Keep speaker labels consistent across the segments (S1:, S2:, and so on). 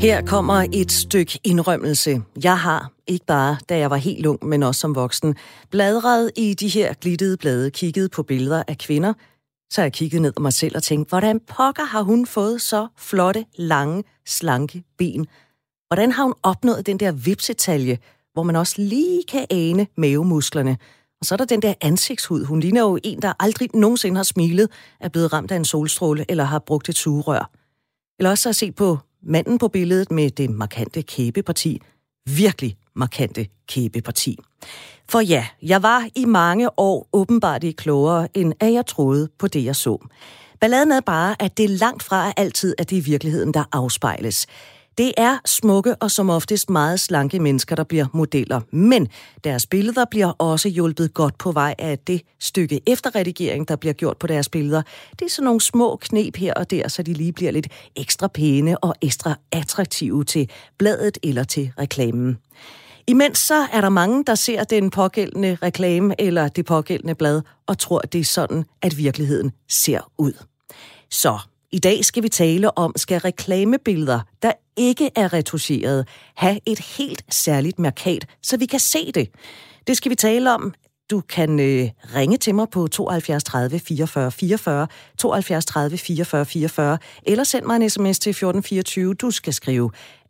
S1: Her kommer et stykke indrømmelse. Jeg har, ikke bare da jeg var helt ung, men også som voksen, bladret i de her glittede blade, kigget på billeder af kvinder, så jeg kiggede ned på mig selv og tænkte, hvordan pokker har hun fået så flotte, lange, slanke ben? Hvordan har hun opnået den der vipsetalje, hvor man også lige kan ane mavemusklerne? Og så er der den der ansigtshud. Hun ligner jo en, der aldrig nogensinde har smilet, er blevet ramt af en solstråle eller har brugt et sugerør. Eller også at se på manden på billedet med det markante kæbeparti. Virkelig markante kæbeparti. For ja, jeg var i mange år åbenbart ikke klogere, end at jeg troede på det, jeg så. Balladen er bare, at det langt fra altid er det i virkeligheden, der afspejles. Det er smukke og som oftest meget slanke mennesker, der bliver modeller. Men deres billeder bliver også hjulpet godt på vej af det stykke efterredigering, der bliver gjort på deres billeder. Det er sådan nogle små knep her og der, så de lige bliver lidt ekstra pæne og ekstra attraktive til bladet eller til reklamen. Imens så er der mange, der ser den pågældende reklame eller det pågældende blad og tror, at det er sådan, at virkeligheden ser ud. Så i dag skal vi tale om, skal reklamebilleder, der ikke er retuscheret, have et helt særligt mærkat, så vi kan se det. Det skal vi tale om. Du kan ringe til mig på 72 30 44 44, 72 30 44 44, eller send mig en sms til 1424. Du skal skrive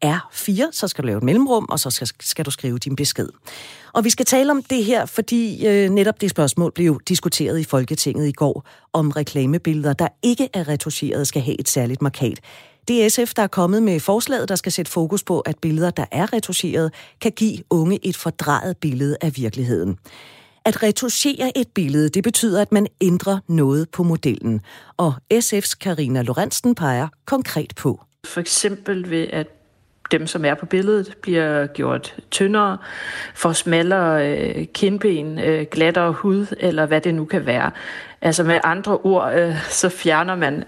S1: R4, så skal du lave et mellemrum, og så skal du skrive din besked. Og vi skal tale om det her, fordi netop det spørgsmål blev diskuteret i Folketinget i går, om reklamebilleder, der ikke er retuscheret, skal have et særligt mærkat. Det er SF, der er kommet med forslaget, der skal sætte fokus på, at billeder, der er retuscheret, kan give unge et fordrejet billede af virkeligheden. At retuschere et billede, det betyder, at man ændrer noget på modellen. Og SF's Karina Lorentzen peger konkret på.
S2: For eksempel ved, at dem, som er på billedet, bliver gjort tyndere, får smallere kindben, glattere hud, eller hvad det nu kan være. Altså med andre ord, så fjerner man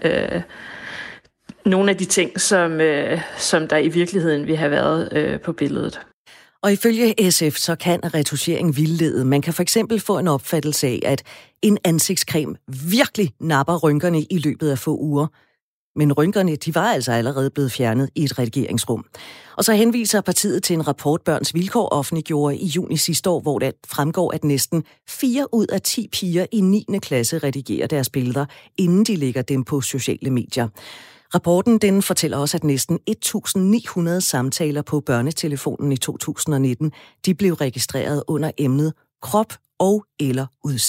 S2: nogle af de ting, som der i virkeligheden vil have været på billedet.
S1: Og ifølge SF, så kan retuschering vildlede. Man kan for eksempel få en opfattelse af, at en ansigtscreme virkelig napper rynkerne i løbet af få uger. Men rynkerne, de var altså allerede blevet fjernet i et redigeringsrum. Og så henviser partiet til en rapport, Børns Vilkår offentliggjorde i juni sidste år, hvor det fremgår, at næsten 4 ud af 10 piger i 9. klasse redigerer deres billeder, inden de lægger dem på sociale medier. Rapporten den fortæller også, at næsten 1.900 samtaler på børnetelefonen i 2019, de blev registreret under emnet krop og eller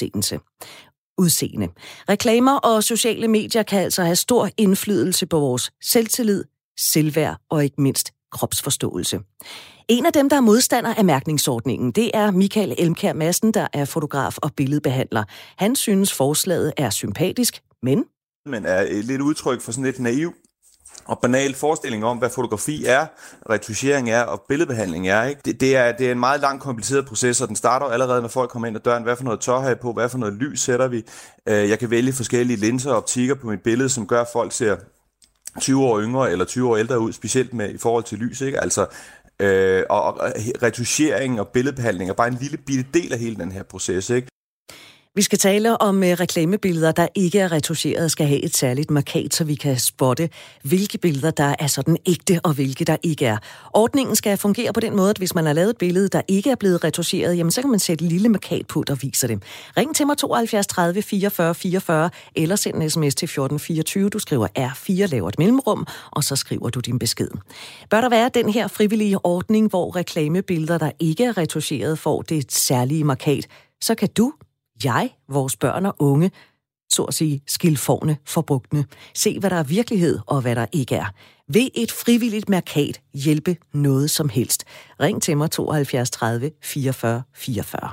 S1: udseende. Reklamer og sociale medier kan altså have stor indflydelse på vores selvtillid, selvværd og ikke mindst kropsforståelse. En af dem, der er modstander af mærkningsordningen, det er Michael Elmkjær Madsen, der er fotograf og billedbehandler. Han synes, forslaget er sympatisk, men
S3: er et lidt udtryk for sådan lidt naiv og banal forestilling om, hvad fotografi er, retuschering er og billedbehandling er. Ikke? Det er en meget lang kompliceret proces, og den starter allerede, når folk kommer ind ad døren. Hvad for noget tør har jeg på? Hvad for noget lys sætter vi? Jeg kan vælge forskellige linser og optikker på mit billede, som gør, at folk ser 20 år yngre eller 20 år ældre ud, specielt med i forhold til lys. Ikke? Altså, og retuschering og billedbehandling er bare en lille bitte del af hele den her proces, ikke?
S1: Vi skal tale om reklamebilleder, der ikke er retuscheret, skal have et særligt mærkat, så vi kan spotte, hvilke billeder, der er sådan ægte, og hvilke der ikke er. Ordningen skal fungere på den måde, at hvis man har lavet et billede, der ikke er blevet retuscheret, jamen så kan man sætte et lille mærkat på, der viser det. Ring til mig 72 30 44 44, eller send en sms til 1424. Du skriver R4, laver et mellemrum, og så skriver du din besked. Bør der være den her frivillige ordning, hvor reklamebilleder, der ikke er retuscheret, får det særlige mærkat, så kan du, vores børn og unge, så at sige skilfårne forbrugtne. Se, hvad der er virkelighed og hvad der ikke er. Vil et frivilligt mærkat hjælpe noget som helst? Ring til mig 72 30 44 44.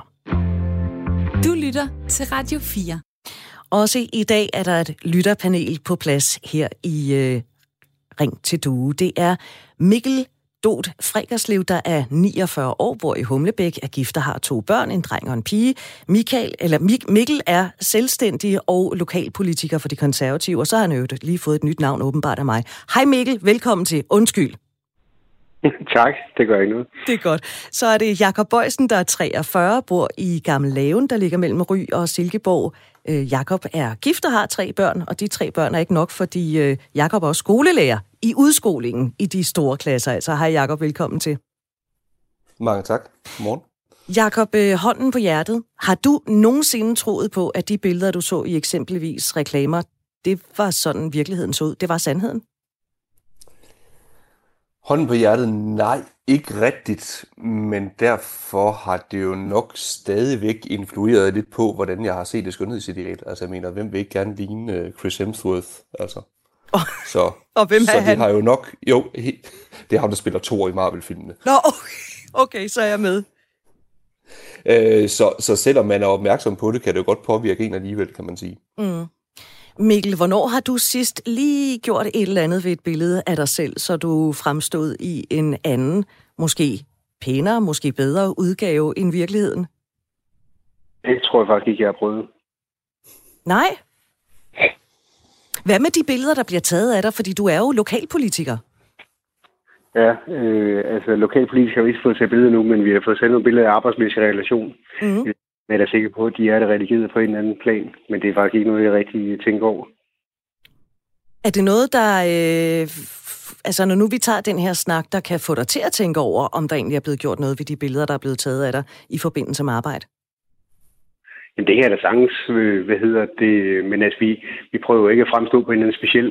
S4: Du lytter til Radio 4.
S1: Også i dag er der et lytterpanel på plads her i Ring til Due. Det er Mikkel Dot Frekerslev, der er 49 år, bor i Humlebæk, er gift og har 2 børn, en dreng og en pige. Mikkel er selvstændig og lokalpolitiker for De Konservative, og så har han jo lige fået et nyt navn åbenbart af mig. Hej Mikkel, velkommen til. Undskyld.
S5: Tak, det gør ikke noget.
S1: Det er godt. Så er det Jakob Bøjsen, der er 43, bor i Gammel Laven, der ligger mellem Ry og Silkeborg. Jakob er gift og har 3 børn, og de 3 børn er ikke nok, fordi Jakob er også skolelærer i udskolingen i de store klasser. Altså, hej Jakob, velkommen til.
S6: Mange tak. Godmorgen.
S1: Jakob, hånden på hjertet. Har du nogensinde troet på, at de billeder, du så i eksempelvis reklamer, det var sådan virkeligheden så ud? Det var sandheden?
S6: Hånden på hjertet, nej, ikke rigtigt, men derfor har det jo nok stadigvæk influeret lidt på, hvordan jeg har set det skønhedsideal. Altså jeg mener, hvem vil ikke gerne ligne Chris Hemsworth? Altså.
S1: Og hvem er
S6: så
S1: han?
S6: det har jo nok, det er ham, der spiller Thor i Marvel-filmene.
S1: Nå, okay, så er jeg med.
S6: Så selvom man er opmærksom på det, kan det jo godt påvirke en alligevel, kan man sige.
S1: Mm. Mikkel, hvornår har du sidst lige gjort et eller andet ved et billede af dig selv, så du fremstod i en anden, måske pænere, måske bedre udgave end virkeligheden?
S5: Det tror jeg faktisk ikke, jeg har prøvet.
S1: Nej? Hvad med de billeder, der bliver taget af dig? Fordi du er jo lokalpolitiker.
S5: Ja, lokalpolitikere har vi ikke fået taget billeder nu, men vi har fået sendt nogle billeder af arbejdsmæssig relation. Mm. Jeg er da sikker på, at de er det redigeret på en eller anden plan, men det er faktisk ikke noget, jeg rigtig tænker over.
S1: Er det noget, der... altså, når nu vi tager den her snak, der kan få dig til at tænke over, om der egentlig er blevet gjort noget ved de billeder, der er blevet taget af dig i forbindelse med arbejde?
S5: Jamen, det her er da sagtens, men altså, vi prøver jo ikke at fremstå på en eller anden speciel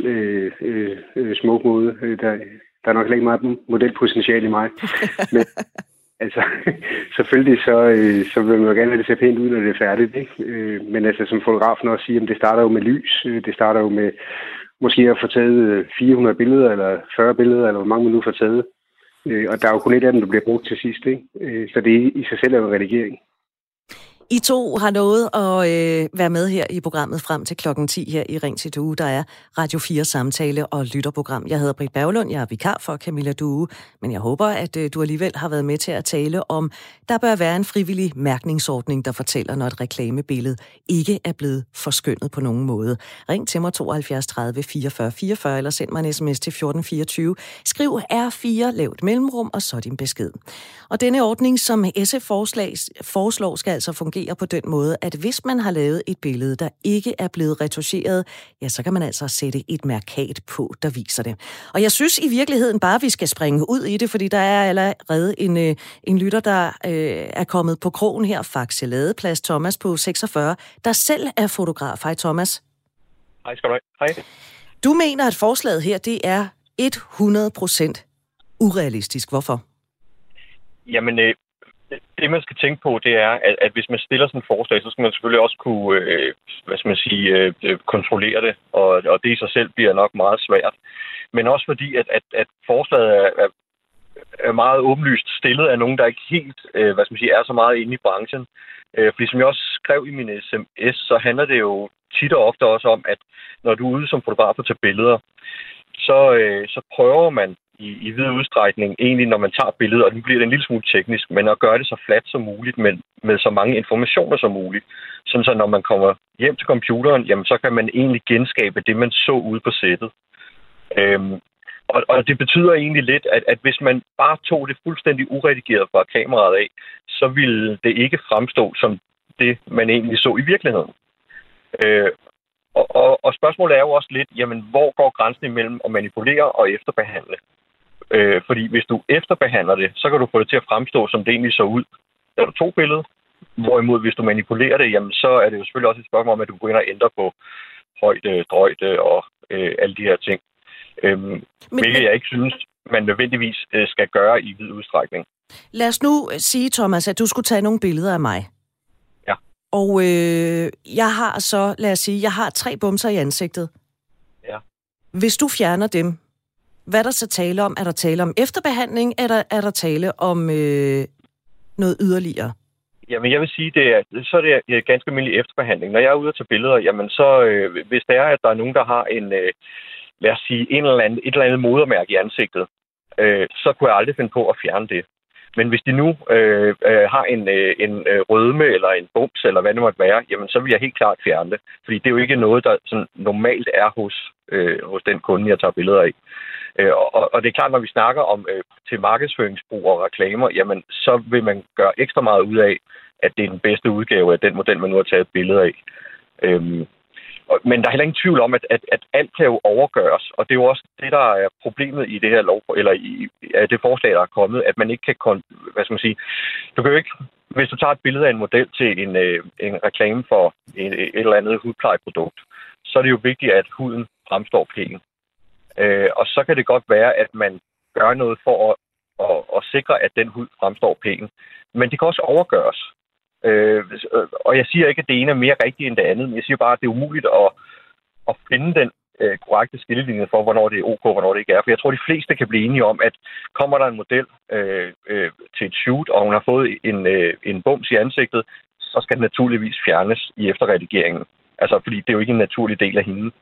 S5: smuk måde. Der er nok ikke meget modelpotentiale i mig. Men altså, selvfølgelig så vil man jo gerne have det ser pænt ud, når det er færdigt, ikke? Men altså, som fotografen også siger, det starter jo med lys. Det starter jo med måske at få taget 400 billeder, eller 40 billeder, eller hvor mange man nu får taget. Og der er jo kun et af dem, der bliver brugt til sidst, ikke? Så det i sig selv er jo redigering.
S1: I to har nået at være med her i programmet frem til klokken 10 her i Ring til Due. Der er Radio 4 samtale- og lytterprogram. Jeg hedder Britt Berglund, jeg er vikar for Camilla Due, men jeg håber, at du alligevel har været med til at tale om, der bør være en frivillig mærkningsordning, der fortæller, når et reklamebillede ikke er blevet forskønnet på nogen måde. Ring til mig 72 30 44 44, eller send mig en sms til 1424. Skriv R4, lav et mellemrum, og så din besked. Og denne ordning, som SF foreslår, skal altså fungere på den måde, at hvis man har lavet et billede, der ikke er blevet retoucheret, ja, så kan man altså sætte et mærkat på, der viser det. Og jeg synes i virkeligheden bare, at vi skal springe ud i det, fordi der er allerede en lytter, der er kommet på krogen her, Faxe Ladeplads, Thomas på 46, der selv er fotograf. Hej Thomas.
S7: Hej skal du have. Hej.
S1: Du mener, at forslaget her, det er 100% urealistisk. Hvorfor?
S7: Jamen, det man skal tænke på, det er, at hvis man stiller sådan et forslag, så skal man selvfølgelig også kunne, kontrollere det, og det i sig selv bliver nok meget svært. Men også fordi, at forslaget er meget åbenlyst stillet af nogen, der ikke helt, er så meget inde i branchen. Fordi som jeg også skrev i min sms, så handler det jo tit og ofte også om, at når du er ude som fotograf og tager billeder, så prøver man i vid udstrækning egentlig, når man tager billeder, og nu bliver det en lille smule teknisk, men at gøre det så fladt som muligt, med så mange informationer som muligt. Sådan så når man kommer hjem til computeren, jamen så kan man egentlig genskabe det, man så ude på sættet. Og det betyder egentlig lidt, at hvis man bare tog det fuldstændig uredigeret fra kameraet af, så ville det ikke fremstå som det, man egentlig så i virkeligheden. Og spørgsmålet er jo også lidt, jamen hvor går grænsen imellem at manipulere og efterbehandle? Fordi hvis du efterbehandler det, så kan du få det til at fremstå, som det egentlig så ud, da du tog billedet. Hvorimod hvis du manipulerer det, jamen så er det jo selvfølgelig også et spørgsmål om, at du går ind og ændrer på højde, drøjde og alle de her ting. Hvilket jeg ikke synes, man nødvendigvis skal gøre i vid udstrækning.
S1: Lad os nu sige, Thomas, at du skulle tage nogle billeder af mig.
S7: Ja.
S1: Og jeg har så, lad os sige, jeg har 3 bumser i ansigtet.
S7: Ja.
S1: Hvis du fjerner dem, hvad er der så tale om? Er der tale om efterbehandling, eller er der tale om noget yderligere? Jamen,
S7: jeg vil sige, så er det ganske almindelig efterbehandling. Når jeg er ude at tage billeder, jamen så, hvis det er, at der er nogen, der har en, lad os sige, et eller andet modermærke i ansigtet, så kunne jeg aldrig finde på at fjerne det. Men hvis de nu har en rødme eller en bums, eller hvad det måtte være, jamen så vil jeg helt klart fjerne det. Fordi det er jo ikke noget, der sådan normalt er hos den kunde, jeg tager billeder af. Og det er klart, når vi snakker om til markedsføringsbrug og reklamer, jamen så vil man gøre ekstra meget ud af, at det er den bedste udgave af den model, man nu har taget et billede af. Men der er heller ingen tvivl om, at alt kan jo overgøres, og det er jo også det, der er problemet i det her i det forslag, der er kommet, at man ikke kan, du kan jo ikke, hvis du tager et billede af en model til en reklame for et eller andet hudplejeprodukt, så er det jo vigtigt, at huden fremstår pæn. Og så kan det godt være, at man gør noget for at sikre, at den hud fremstår pæn. Men det kan også overgøres. Og jeg siger ikke, at det ene er mere rigtigt end det andet, men jeg siger bare, at det er umuligt at finde den korrekte skillelinje for, hvornår det er ok, og hvornår det ikke er. For jeg tror, de fleste kan blive enige om, at kommer der en model til et shoot, og hun har fået en bums i ansigtet, så skal den naturligvis fjernes i efterredigeringen. Altså, fordi det er jo ikke en naturlig del af hende.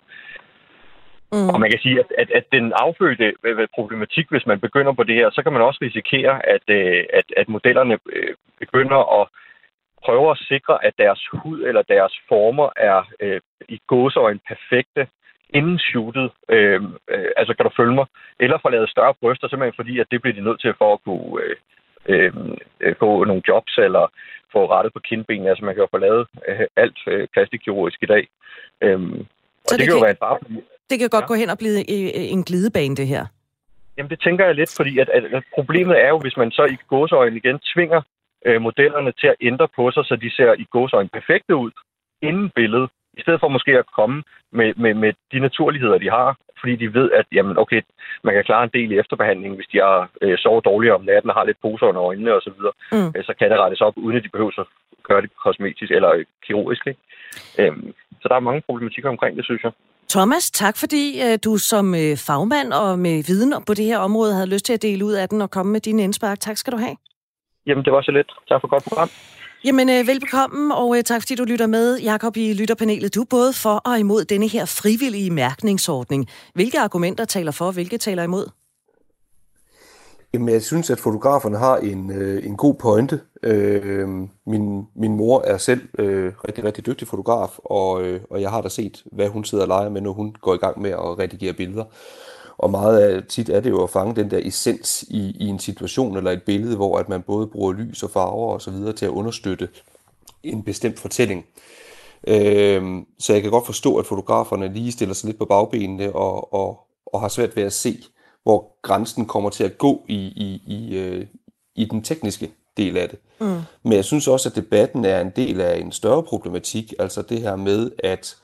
S7: Og man kan sige, at den affødte problematik, hvis man begynder på det her, så kan man også risikere, at modellerne begynder at prøve at sikre, at deres hud eller deres former er i gåseøjne perfekte inden shootet. Altså, kan du følge mig? Eller få lavet større bryster, simpelthen fordi, at det bliver de nødt til for at kunne få nogle jobs eller få rettet på kindbenene. Altså, man kan jo få lavet alt plastikkirurgisk i dag.
S1: Så det kan jo være en fare. Det kan godt gå hen og blive en glidebane, det her.
S7: Jamen, det tænker jeg lidt, fordi at problemet er jo, hvis man så i gåseøjne igen tvinger modellerne til at ændre på sig, så de ser i gåseøjne perfekte ud inden billedet, i stedet for måske at komme med de naturligheder, de har, fordi de ved, at jamen, okay, man kan klare en del i efterbehandlingen, hvis de har sovet dårligere om natten og har lidt poser under øjnene osv., så kan det rettes op, uden at de behøver at gøre det kosmetisk eller kirurgisk. Ikke? Så der er mange problematikker omkring det, synes jeg.
S1: Thomas, tak fordi du som fagmand og med viden på det her område havde lyst til at dele ud af den og komme med dine indspark. Tak skal du have.
S7: Jamen, det var så lidt. Tak for godt program.
S1: Jamen, velbekomme, og tak fordi du lytter med. Jakob, i lytterpanelet, du er både for og imod denne her frivillige mærkningsordning. Hvilke argumenter taler for, hvilke taler imod?
S6: Jamen, jeg synes, at fotograferne har en god pointe. Min mor er selv rigtig, rigtig dygtig fotograf, og jeg har da set, hvad hun sidder og leger med, når hun går i gang med at redigere billeder. Og meget tit er det jo at fange den der essens i en situation eller et billede, hvor at man både bruger lys og farver og så videre til at understøtte en bestemt fortælling. Så jeg kan godt forstå, at fotograferne lige stiller sig lidt på bagbenene og har svært ved at se, hvor grænsen kommer til at gå i den tekniske del af det. Men jeg synes også, at debatten er en del af en større problematik, altså det her med,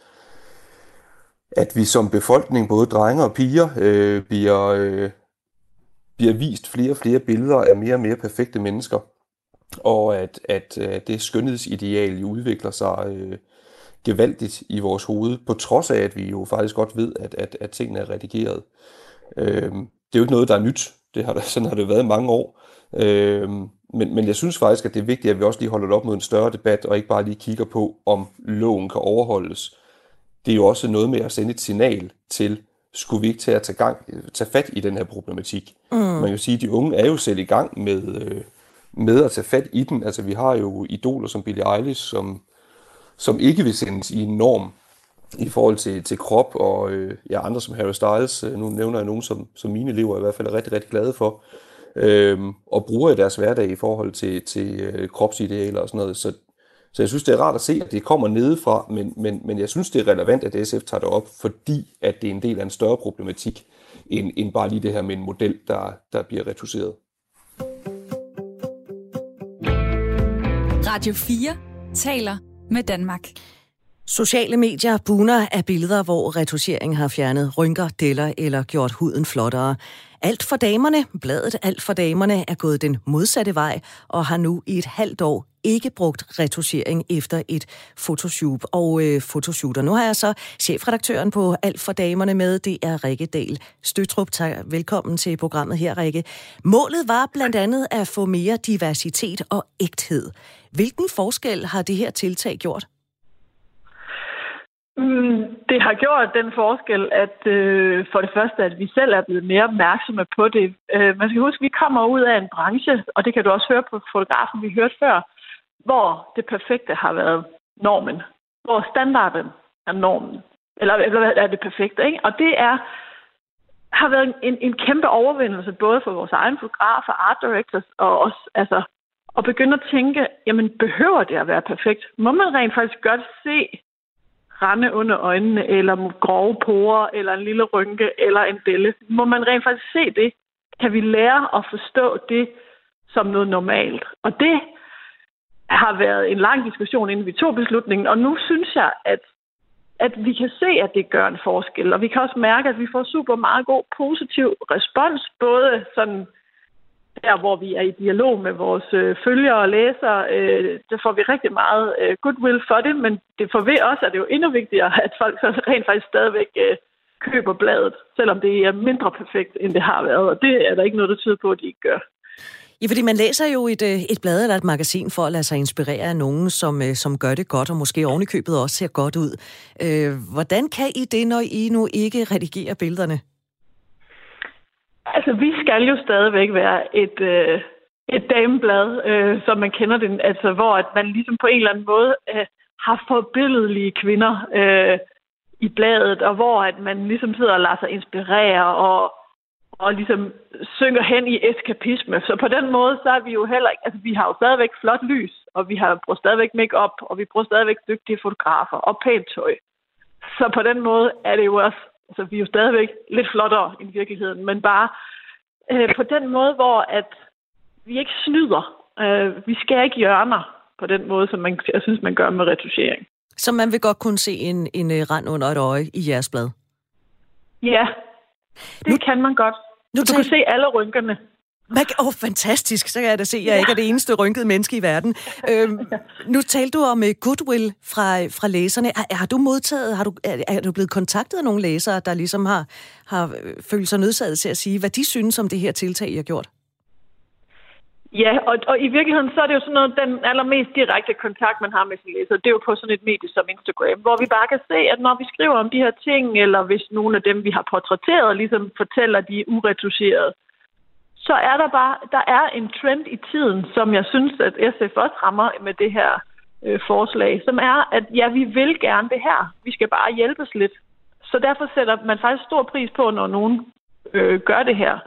S6: at vi som befolkning, både drenge og piger, bliver vist flere og flere billeder af mere og mere perfekte mennesker, og at det skønhedsideal udvikler sig gevaldigt i vores hoved, på trods af, at vi jo faktisk godt ved, at tingene er redigeret. Det er jo ikke noget, der er nyt. Sådan har det været i mange år. Men jeg synes faktisk, at det er vigtigt, at vi også lige holder det op mod en større debat, og ikke bare lige kigger på, om loven kan overholdes. Det er jo også noget med at sende et signal til, skulle vi ikke tage fat i den her problematik. Man kan jo sige, at de unge er jo selv i gang med at tage fat i den. Altså vi har jo idoler som Billie Eilish, som ikke vil sendes i en norm i forhold til krop, og andre som Harry Styles, nu nævner jeg nogen, som mine elever i hvert fald er rigtig, rigtig glade for, og bruger i deres hverdag i forhold til kropsidealer og sådan noget. Så jeg synes, det er rart at se, at det kommer nedefra, men jeg synes, det er relevant, at SF tager det op, fordi at det er en del af en større problematik, end bare lige det her med en model, der bliver retuseret.
S4: Radio 4 taler med Danmark.
S1: Sociale medier bugner af billeder, hvor retuschering har fjernet rynker, deller eller gjort huden flottere. Alt for damerne, bladet Alt for damerne, er gået den modsatte vej og har nu i et halvt år ikke brugt retuschering efter et fotoshoot og fotoshooter. Nu har jeg så chefredaktøren på Alt for damerne med, det er Rikke Dahl Støtrup. Velkommen til programmet her, Rikke. Målet var blandt andet at få mere diversitet og ægthed. Hvilken forskel har det her tiltag gjort?
S8: Det har gjort den forskel, at for det første, at vi selv er blevet mere opmærksomme på det. Man skal huske, at vi kommer ud af en branche, og det kan du også høre på fotografen, vi hørte før, hvor det perfekte har været normen. Hvor standarden er normen. Eller er det perfekte, ikke? Og det har været en kæmpe overvindelse, både for vores egen fotografer, art directors, og os, altså at begynde at tænke, jamen behøver det at være perfekt? Må man rent faktisk godt se rande under øjnene, eller grove porer, eller en lille rynke, eller en delle. Må man rent faktisk se det? Kan vi lære at forstå det som noget normalt? Og det har været en lang diskussion, inden vi tog beslutningen, og nu synes jeg, at vi kan se, at det gør en forskel, og vi kan også mærke, at vi får super meget god positiv respons, både sådan der, hvor vi er i dialog med vores følgere og læsere, der får vi rigtig meget goodwill for det, men det for ved også, at det er jo endnu vigtigere, at folk så rent faktisk stadigvæk køber bladet, selvom det er mindre perfekt, end det har været, og det er der ikke noget, der tyder på, at de ikke gør.
S1: Ja, fordi man læser jo et blad eller et magasin for at lade sig inspirere af nogen, som gør det godt, og måske ovenikøbet også ser godt ud. Hvordan kan I det, når I nu ikke redigerer billederne?
S8: Altså, vi skal jo stadigvæk være et dameblad, som man kender det, altså hvor at man ligesom på en eller anden måde har forbilledlige kvinder i bladet, og hvor at man ligesom sidder og lader sig inspirere og ligesom synker hen i eskapisme. Så på den måde, så er vi jo heller ikke, altså vi har jo stadigvæk flot lys, og vi bruger stadigvæk make-up, og vi bruger stadigvæk dygtige fotografer og pænt tøj. Så på den måde er det jo også, altså vi er jo stadigvæk lidt flottere i virkeligheden, men bare på den måde, hvor at vi ikke snyder. Vi skal ikke hjørner på den måde, som jeg synes, man gør med retouchering.
S1: Så man vil godt kunne se en rand under et øje i jeres blad?
S8: Ja, det kan man godt. Du kan se alle rynkerne.
S1: Fantastisk. Så kan jeg da se, at jeg ikke er det eneste rynkede menneske i verden. Nu talte du om goodwill fra læserne. Har du modtaget, er du blevet kontaktet af nogle læsere, der ligesom har følt sig nødsaget til at sige, hvad de synes om det her tiltag, I har gjort?
S8: Ja, og i virkeligheden så er det jo sådan noget, den allermest direkte kontakt, man har med sine læsere, det er jo på sådan et medie som Instagram, hvor vi bare kan se, at når vi skriver om de her ting, eller hvis nogle af dem, vi har portrætteret, ligesom fortæller, de er uretoucherede, så er der er en trend i tiden, som jeg synes, at SF også rammer med det her forslag, som er, at ja, vi vil gerne det her. Vi skal bare hjælpes lidt. Så derfor sætter man faktisk stor pris på, når nogen gør det her.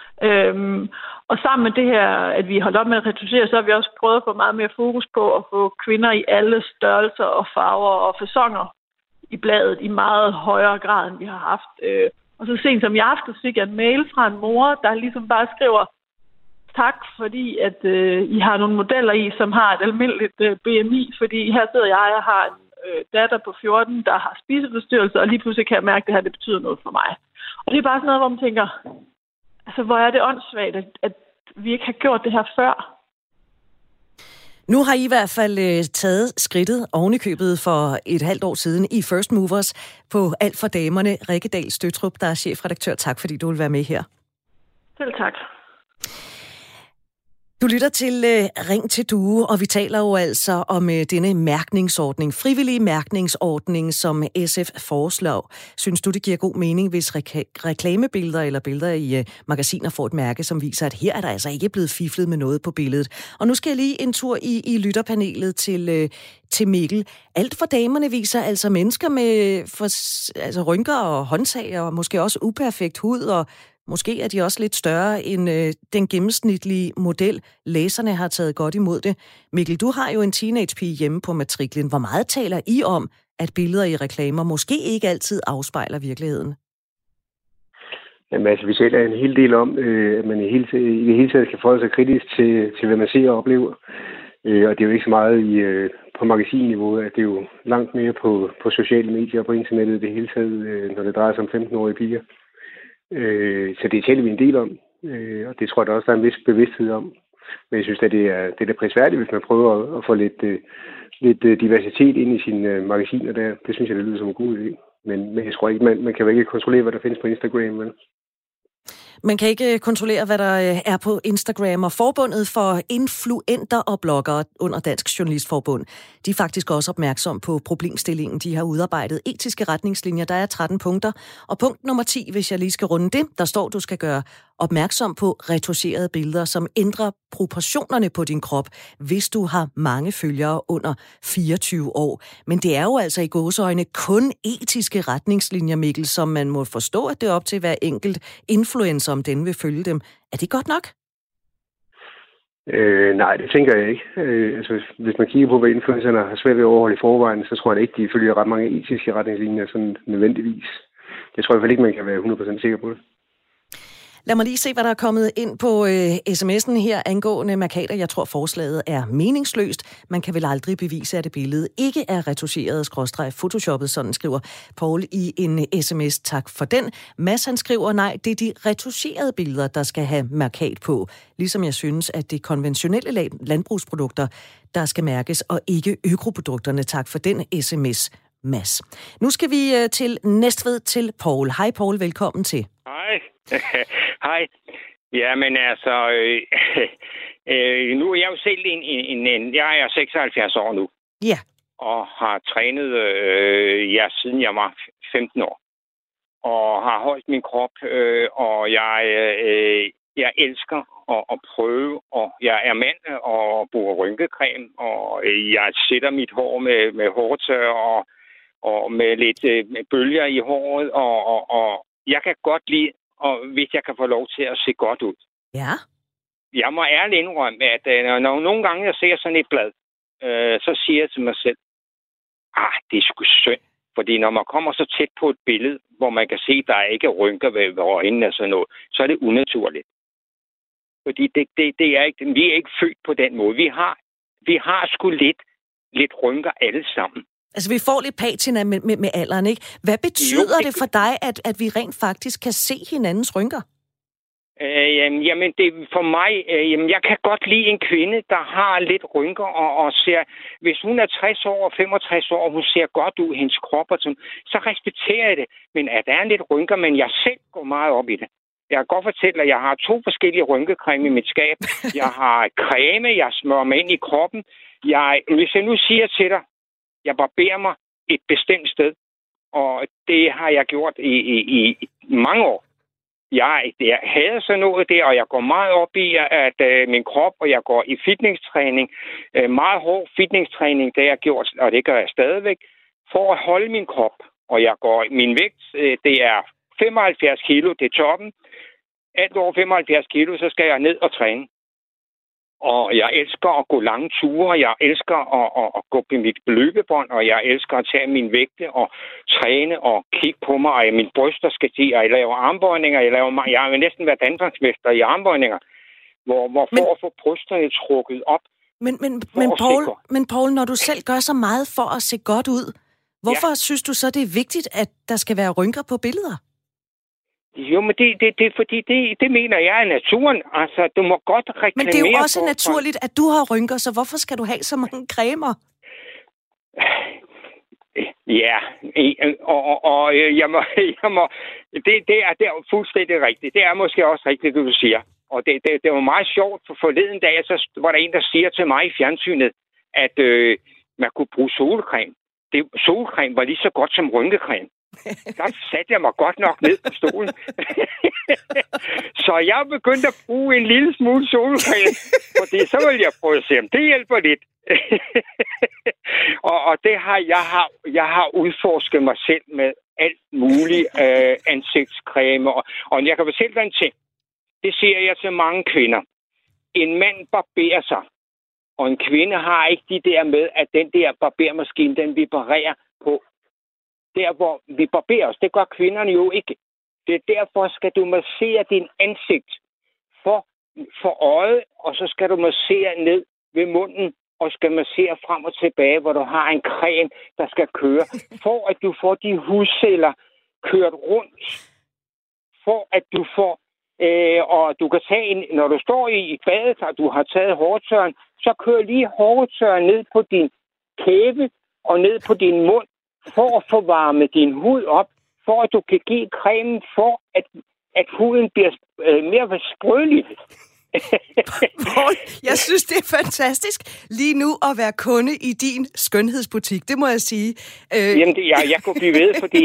S8: Og sammen med det her, at vi holdt op med at retouchere, så har vi også prøvet at få meget mere fokus på at få kvinder i alle størrelser og farver og faconer i bladet i meget højere grad, end vi har haft. Og så sent som i aften fik jeg en mail fra en mor, der ligesom bare skriver, tak fordi at I har nogle modeller i, som har et almindeligt BMI, fordi her sidder jeg har en datter på 14, der har spiseforstyrrelser, og lige pludselig kan jeg mærke, at det her det betyder noget for mig. Og det er bare sådan noget, hvor man tænker, altså hvor er det åndssvagt, at vi ikke har gjort det her før.
S1: Nu har I hvert fald taget skridtet ovenikøbet for et halvt år siden i First Movers på Alt for damerne. Rikke Dahl Støttrup, der er chefredaktør. Tak fordi du vil være med her.
S8: Selv tak.
S1: Du lytter til Ring til Due, og vi taler jo altså om denne mærkningsordning, frivillige mærkningsordning, som SF foreslår. Synes du, det giver god mening, hvis reklamebilleder eller billeder i magasiner får et mærke, som viser, at her er der altså ikke blevet fiflet med noget på billedet? Og nu skal jeg lige en tur i lytterpanelet til Mikkel. Alt for damerne viser altså mennesker med rynker og håndtag, og måske også uperfekt hud, og måske er de også lidt større end den gennemsnitlige model. Læserne har taget godt imod det. Mikkel, du har jo en teenagepige hjemme på matriklen. Hvor meget taler I om, at billeder i reklamer måske ikke altid afspejler virkeligheden?
S5: Jamen altså, vi taler en hel del om, at man i det hele taget skal forholde sig kritisk til hvad man ser og oplever. Og det er jo ikke så meget på magasinniveau, at det er jo langt mere på sociale medier og på internettet i det hele taget, når det drejer sig om 15-årige piger. Så det taler vi en del om, og det tror jeg da også, der er en vis bevidsthed om. Men jeg synes, at det er prisværdigt, hvis man prøver at få lidt diversitet ind i sine magasiner der. Det synes jeg, det lyder som en god idé. Men jeg tror ikke, man kan jo ikke kontrollere, hvad der findes på Instagram. Men
S1: Man kan ikke kontrollere, hvad der er på Instagram, og Forbundet for Influenter og Bloggere under Dansk Journalistforbund, de er faktisk også opmærksom på problemstillingen. De har udarbejdet etiske retningslinjer. Der er 13 punkter, og punkt nummer 10, hvis jeg lige skal runde det, der står, du skal gøre opmærksom på retoucherede billeder, som ændrer proportionerne på din krop, hvis du har mange følgere under 24 år. Men det er jo altså i gåseøjne kun etiske retningslinjer, Mikkel, som man må forstå, at det er op til hver enkelt influencer, om den vil følge dem. Er det godt nok?
S5: Nej, det tænker jeg ikke. Hvis man kigger på, hvad influencerne har svært ved at overholde i forvejen, så tror jeg ikke, de følger ret mange etiske retningslinjer sådan nødvendigvis. Jeg tror i hvert fald ikke, man kan være 100% sikker på det.
S1: Lad mig lige se, hvad der er kommet ind på sms'en her angående mærkater. Jeg tror, forslaget er meningsløst. Man kan vel aldrig bevise, at det billede ikke er retuscheret /photoshoppet, sådan skriver Paul i en sms. Tak for den. Mads han skriver, nej, det er de retuscherede billeder, der skal have mærkat på. Ligesom jeg synes, at det er konventionelle landbrugsprodukter, der skal mærkes, og ikke økoprodukterne. Tak for den sms, Mads. Nu skal vi til Næstved til Paul. Hej Paul, velkommen til.
S9: Hej. Hej. Jamen altså, nu er jeg jo selv jeg er 76 år nu.
S1: Ja.
S9: Og har trænet siden jeg var 15 år. Og har holdt min krop, og jeg elsker at prøve, og jeg er mand og bruger rynkecreme, og jeg sætter mit hår med hårtørrer og med lidt bølger i håret, og jeg kan godt lide, og hvis jeg kan få lov til at se godt ud.
S1: Ja.
S9: Jeg må ærligt indrømme, at når nogle gange jeg ser sådan et blad, så siger jeg til mig selv, det er sgu synd. Fordi når man kommer så tæt på et billede, hvor man kan se, at der ikke er rynker ved øjnene og sådan noget, så er det unaturligt. Fordi det er ikke, vi er ikke født på den måde. Vi har sgu lidt rynker alle sammen.
S1: Altså, vi får lidt patina med alderen, ikke? Hvad betyder det for dig, at vi rent faktisk kan se hinandens rynker?
S9: Jamen, det for mig... jeg kan godt lide en kvinde, der har lidt rynker og ser... Hvis hun er 60 år og 65 år, og hun ser godt ud, hendes krop og sådan, så respekterer jeg det. Men at der er lidt rynker, men jeg selv går meget op i det. Jeg kan godt fortælle, at jeg har 2 forskellige rynkecreme i mit skab. Jeg har creme, jeg smører mig ind i kroppen. Hvis jeg nu siger til dig, jeg barberer mig et bestemt sted, og det har jeg gjort i mange år. Jeg hader sådan noget der, og jeg går meget op i at min krop, og jeg går i fitnesstræning. Meget hård fitnesstræning, det har jeg gjort, og det gør jeg stadigvæk, for at holde min krop. Og jeg går, min vægt, det er 75 kilo, det er toppen. Alt over 75 kilo, så skal jeg ned og træne. Og jeg elsker at gå lange ture, jeg elsker at gå på mit løbebånd, og jeg elsker at tage min vægte og træne og kigge på mig, og min bryster skal til, og jeg laver armbøjninger, jeg vil næsten være danmarksmester i armbøjninger, hvor for at få brysterne trukket op.
S1: Men Paul, når du selv gør så meget for at se godt ud, hvorfor synes du så, det er vigtigt, at der skal være rynker på billeder?
S9: Jo, men det er fordi, det mener jeg er naturen. Altså, du må godt reklamere.
S1: Men det er jo også naturligt, at du har rynker, så hvorfor skal du have så mange cremer?
S9: Ja, og jeg må det er fuldstændig rigtigt. Det er måske også rigtigt, du siger. Og det var meget sjovt, for forleden dag, så var der en, der siger til mig i fjernsynet, at man kunne bruge solcreme. Solcreme var lige så godt som rynkecreme. Der satte jeg mig godt nok ned på stolen. Så jeg begyndte at bruge en lille smule solcreme, fordi så ville jeg prøve at se, om det hjælper lidt. og det har jeg har udforsket mig selv med alt muligt ansigtscreme. Og jeg kan fortælle dig en ting. Det siger jeg til mange kvinder. En mand barberer sig, og en kvinde har ikke de der med, at den der barbermaskine, den vibrerer på der, hvor vi barberer os. Det gør kvinderne jo ikke. Det er derfor, skal du massere din ansigt for øjet, og så skal du massere ned ved munden, og skal massere frem og tilbage, hvor du har en creme, der skal køre, for at du får de hudceller kørt rundt, for at du får, og du kan tage når du står i badet, og du har taget hårtørren, så kør lige hårtørren ned på din kæbe og ned på din mund, for at få varmet din hud op, for at du kan give cremen, for at huden bliver mere sprødelig.
S1: Paul, jeg synes, det er fantastisk lige nu at være kunde i din skønhedsbutik. Det må jeg sige.
S9: Jamen, jeg kunne blive ved, fordi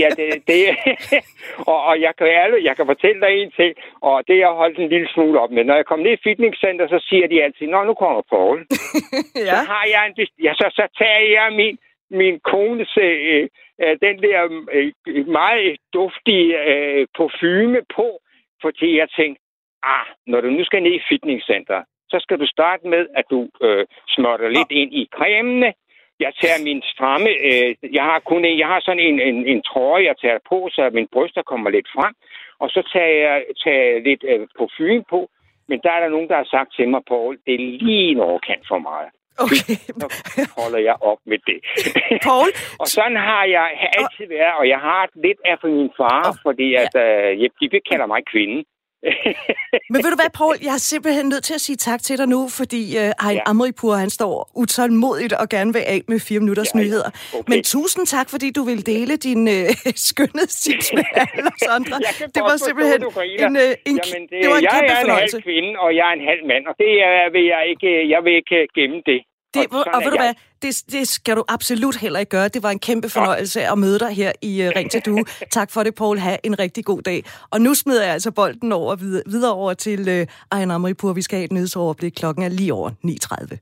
S9: og jeg kan fortælle dig en ting, og det har jeg holdt en lille smule op med. Når jeg kommer ned i fitnesscenter, så siger de altid, nu kommer Paul. Ja. Så har jeg så tager jeg min kones den der meget duftige parfume på, fordi jeg tænkte, når du nu skal ned i fitnesscenter, så skal du starte med, at du smørter lidt ind i cremene. Jeg tager min stramme, jeg har sådan en trøje, jeg tager på, så mine bryster kommer lidt frem. Og så tager jeg lidt parfume på. Men der er der nogen, der har sagt til mig, Poul, det er lige en overkant for mig.
S1: Okay.
S9: Så holder jeg op med det.
S1: Poul?
S9: Og sådan har jeg altid været, og jeg har lidt af for min far, fordi at, de kalder mig kvinde.
S1: Men ved du hvad, Poul? Jeg er simpelthen nødt til at sige tak til dig nu, fordi Ayn Amripur, han står utålmodigt og gerne vil af med 4 minutters nyheder. Okay. Men tusind tak, fordi du vil dele din skønhedstips med alle os andre. Det var simpelthen det var en kæmpe fornøjelse. Jeg er en halv kvinde,
S9: og jeg er en halv mand, og det jeg vil ikke gemme det.
S1: Og ved du hvad, det skal du absolut heller ikke gøre. Det var en kæmpe fornøjelse at møde dig her i Ring til Due. Tak for det, Poul. Ha' en rigtig god dag. Og nu smider jeg altså bolden videre over til Ayn Amripur. Vi skal have et nyhedsoverblik. Klokken er lige over 9:30.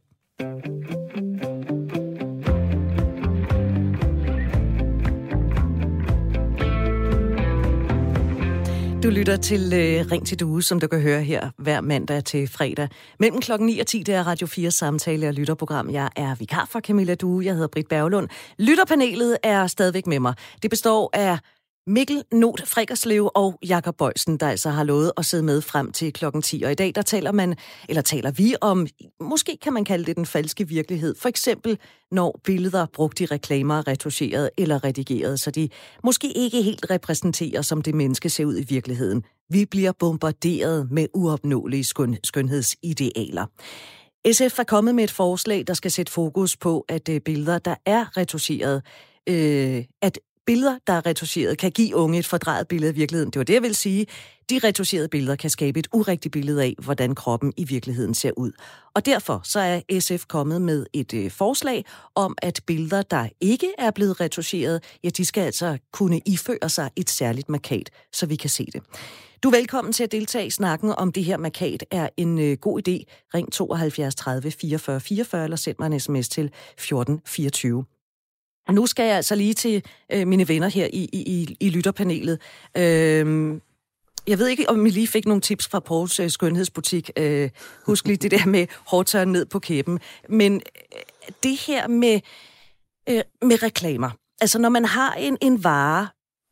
S1: Du lytter til Ring til Due, som du kan høre her hver mandag til fredag. Mellem klokken 9 og 10, det er Radio 4 samtale- og lytterprogram. Jeg er vikar for Camilla Due. Jeg hedder Britt Berglund. Lytterpanelet er stadigvæk med mig. Det består af Mikkel Noth Frikerslev og Jakob Boysen, der altså har lovet at sidde med frem til klokken 10. Og i dag, der taler vi om, måske kan man kalde det den falske virkelighed. For eksempel, når billeder brugt i reklamer er retoucheret eller redigeret, så de måske ikke helt repræsenterer, som det menneske ser ud i virkeligheden. Vi bliver bombarderet med uopnåelige skønhedsidealer. SF er kommet med et forslag, der skal sætte fokus på, at billeder, der er retoucheret, billeder, der er retoucheret, kan give unge et fordrejet billede af virkeligheden. Det var det, jeg vil sige. De retoucherede billeder kan skabe et urigtigt billede af, hvordan kroppen i virkeligheden ser ud. Og derfor så er SF kommet med et forslag om, at billeder, der ikke er blevet retoucheret, ja, de skal altså kunne iføre sig et særligt mærkat, så vi kan se det. Du er velkommen til at deltage i snakken om det her mærkat er en god idé. Ring 72 30 44 44 eller send mig en sms til 1424. Og nu skal jeg altså lige til mine venner her i lytterpanelet. Jeg ved ikke, om I lige fik nogle tips fra Pauls skønhedsbutik. Husk lige det der med hårdtørn ned på kæben. Men det her med reklamer. Altså, når man har en vare,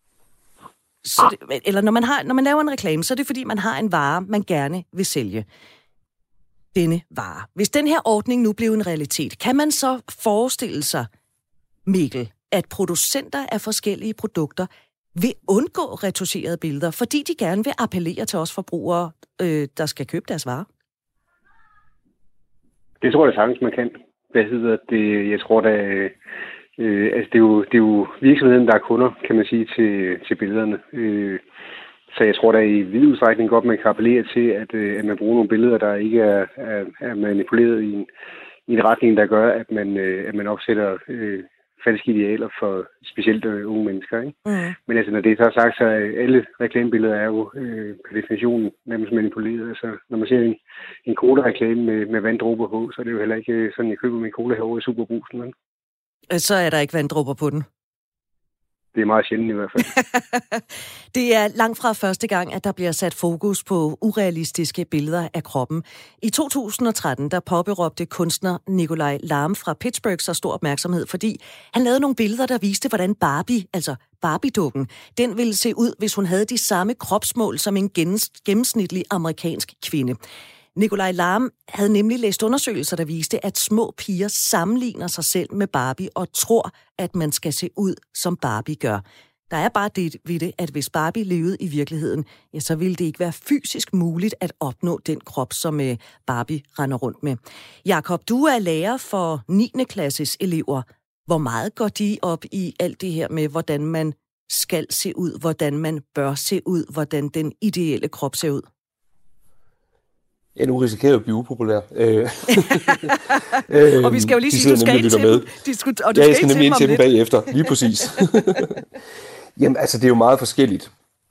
S1: eller når man laver en reklame, så er det fordi, man har en vare, man gerne vil sælge. Denne vare. Hvis den her ordning nu bliver en realitet, kan man så forestille sig, Mikkel, at producenter af forskellige produkter vil undgå retoucherede billeder, fordi de gerne vil appellere til os forbrugere, der skal købe deres varer?
S5: Det tror jeg sagtens, man kan. Jeg tror da, altså det er jo virksomheden, der er kunder, kan man sige, til billederne. Så jeg tror da i vid udstrækning godt, man kan appellere til, at man bruger nogle billeder, der ikke er manipuleret i en retning, der gør, at man opsætter falske idealer for specielt unge mennesker, ikke? Mm. Men altså, når det er så sagt, så alle reklamebilleder er jo per definition nærmest manipuleret. Altså, når man ser en cola-reklame med vanddråber på, så er det jo heller ikke sådan, jeg køber min cola herovre i Superbrugsen.
S1: Så er der ikke vanddråber på den?
S5: Det er meget sjældent i hvert fald.
S1: Det er langt fra første gang, at der bliver sat fokus på urealistiske billeder af kroppen. I 2013, der påberåbte kunstner Nikolaj Lam fra Pittsburgh så stor opmærksomhed, fordi han lavede nogle billeder, der viste, hvordan Barbie, altså Barbie-dukken, den ville se ud, hvis hun havde de samme kropsmål som en gennemsnitlig amerikansk kvinde. Nikolaj Lam havde nemlig læst undersøgelser, der viste, at små piger sammenligner sig selv med Barbie og tror, at man skal se ud, som Barbie gør. Der er bare det ved det, at hvis Barbie levede i virkeligheden, ja, så ville det ikke være fysisk muligt at opnå den krop, som Barbie render rundt med. Jakob, du er lærer for 9. klasses elever. Hvor meget går de op i alt det her med, hvordan man skal se ud, hvordan man bør se ud, hvordan den ideelle krop ser ud?
S6: Ja, nu risikerer jeg at blive upopulær.
S1: Og vi skal jo lige sige, du skal ind til dem.
S6: Jeg skal nemlig ind til dem bagefter, lige præcis. Jamen, altså, det er jo meget forskelligt.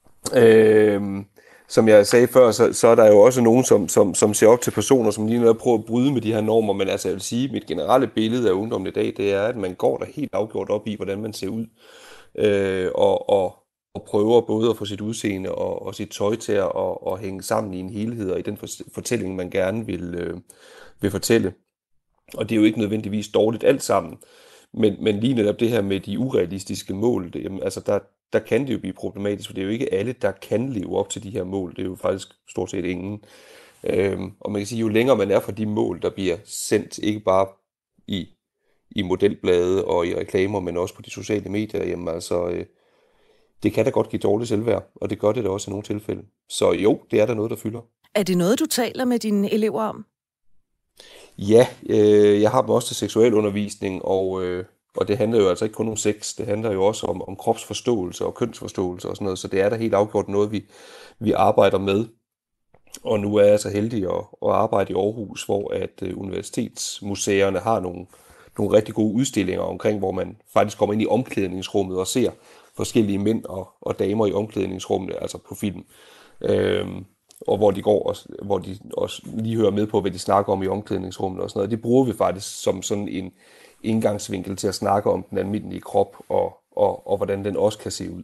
S6: Som jeg sagde før, så er der jo også nogen, som ser op til personer, som lige noget prøver at bryde med de her normer. Men altså, jeg vil sige, mit generelle billede af ungdommen i dag, det er, at man går der helt afgjort op i, hvordan man ser ud. Og og prøver både at få sit udseende og sit tøj til at hænge sammen i en helhed og i den fortælling, man gerne vil fortælle. Og det er jo ikke nødvendigvis dårligt alt sammen. Men lige netop det her med de urealistiske mål, der kan det jo blive problematisk, for det er jo ikke alle, der kan leve op til de her mål. Det er jo faktisk stort set ingen. Og man kan sige, jo længere man er fra de mål, der bliver sendt, ikke bare i modelblade og i reklamer, men også på de sociale medier, det kan da godt give dårligt selvværd, og det gør det da også i nogle tilfælde. Så jo, det er der noget, der fylder.
S1: Er det noget, du taler med dine elever om?
S6: Ja, jeg har dem også til seksualundervisning, og det handler jo altså ikke kun om sex, det handler jo også om kropsforståelse og kønsforståelse og sådan noget, så det er da helt afgjort noget, vi arbejder med. Og nu er jeg så heldig at arbejde i Aarhus, hvor at universitetsmuseerne har nogle rigtig gode udstillinger omkring, hvor man faktisk kommer ind i omklædningsrummet og ser forskellige mænd og damer i omklædningsrummene, altså på film. Og hvor de går, hvor de også lige hører med på, hvad de snakker om i omklædningsrummet og sådan noget. Det bruger vi faktisk som sådan en indgangsvinkel til at snakke om den almindelige krop, og hvordan den også kan se ud.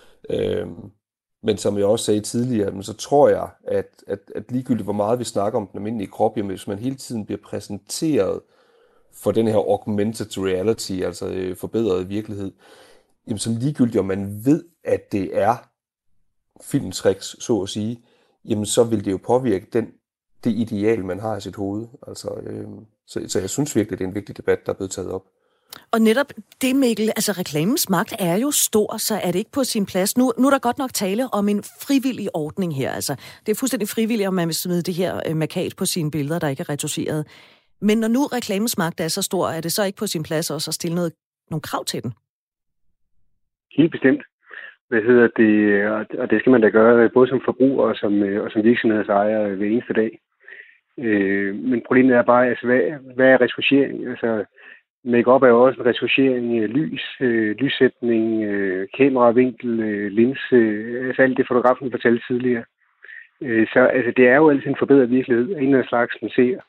S6: Men som jeg også sagde tidligere, så tror jeg, at ligegyldigt hvor meget vi snakker om den almindelige krop, jamen hvis man hele tiden bliver præsenteret for den her augmented reality, altså forbedret virkelighed, jamen så ligegyldigt om man ved, at det er filmtricks, så at sige, jamen så vil det jo påvirke det ideal, man har i sit hoved. Altså, så jeg synes virkelig, det er en vigtig debat, der er blevet taget op.
S1: Og netop det, Mikkel, altså reklamens magt er jo stor, så er det ikke på sin plads. Nu er der godt nok tale om en frivillig ordning her. Altså, det er fuldstændig frivilligt, om man vil smide det her markat på sine billeder, der ikke er retoucheret. Men når nu reklamens magt er så stor, er det så ikke på sin plads også at stille nogle krav til den?
S5: Helt bestemt. Og det skal man da gøre både som forbruger og som virksomhedsejer hver eneste dag. Men problemet er bare, altså, hvad er retouchering? Altså, make-up er jo også en retouchering, lyssætning, kameravinkel, linse, altså alt det fotografen fortalte tidligere. Så altså, det er jo altid en forbedret virkelighed, en af slags, man ser.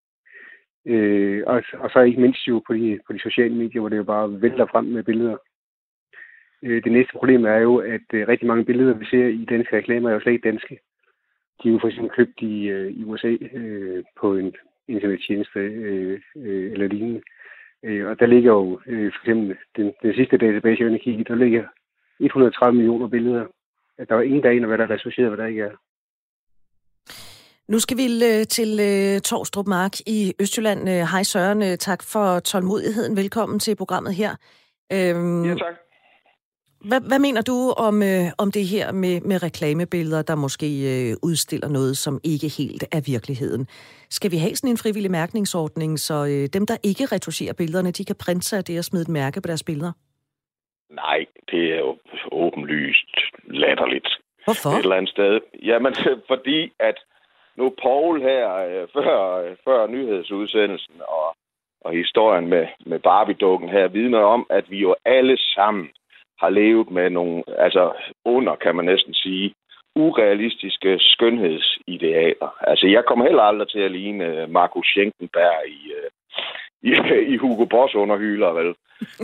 S5: Og så ikke mindst jo på de sociale medier, hvor det jo bare vælter frem med billeder. Det næste problem er jo, at rigtig mange billeder, vi ser i danske reklamer, er jo slet ikke danske. De er jo for eksempel købt i USA på en internettjeneste eller lignende. Og der ligger jo for eksempel den sidste database, jeg kiggede, der ligger 130 millioner billeder. Der er ingen, der aner, hvad der er retoucheret, hvad der ikke er.
S1: Nu skal vi til Tovstrup Mark i Østjylland. Hej Søren, tak for tålmodigheden. Velkommen til programmet her.
S10: Ja, tak.
S1: Hvad mener du om det her med reklamebilleder, der måske udstiller noget, som ikke helt er virkeligheden? Skal vi have sådan en frivillig mærkningsordning, så dem, der ikke retoucherer billederne, de kan printe sig af det og smide et mærke på deres billeder?
S10: Nej, det er jo åbenlyst latterligt.
S1: Hvorfor?
S10: Et eller andet sted. Jamen, fordi at nu Paul her, før nyhedsudsendelsen og historien med Barbie-dukken her, vidner om, at vi jo alle sammen har levet med nogle, altså under, kan man næsten sige, urealistiske skønhedsidealer. Altså, jeg kommer heller aldrig til at ligne Markus Schenkenberg i Hugo Boss underhyler, vel?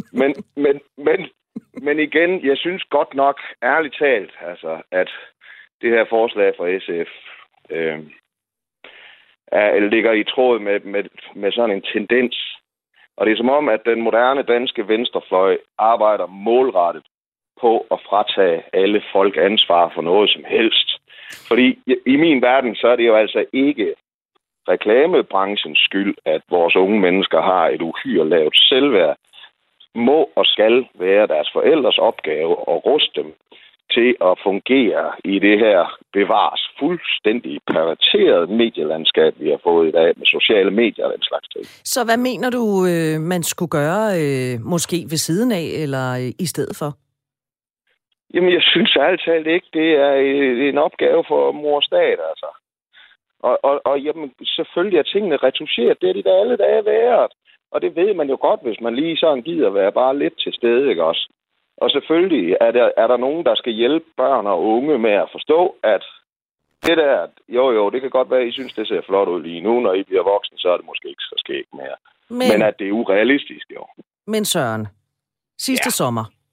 S10: Men igen, jeg synes godt nok, ærligt talt, altså, at det her forslag fra SF ligger i tråd med sådan en tendens. Og det er som om, at den moderne danske venstrefløj arbejder målrettet på at fratage alle folk ansvar for noget som helst. Fordi i min verden, så er det jo altså ikke reklamebranchens skyld, at vores unge mennesker har et uhyre lavt selvværd. Må og skal være deres forældres opgave at ruste dem til at fungere i det her bevares fuldstændig perverterede medielandskab, vi har fået i dag med sociale medier og den slags ting.
S1: Så hvad mener du, man skulle gøre måske ved siden af eller i stedet for?
S10: Jamen, jeg synes ærligt talt ikke, det er en opgave for mor og stat, altså. Og jamen, selvfølgelig er tingene retoucheret, det er de der alle dage været. Og det ved man jo godt, hvis man lige sådan gider være bare lidt til stede, ikke også? Og selvfølgelig er der nogen, der skal hjælpe børn og unge med at forstå, at det der, jo, det kan godt være, at I synes, det ser flot ud lige nu. Når I bliver voksen, så er det måske ikke så skægt mere. Men at det er urealistisk, jo.
S1: Men Søren, sidste sommer,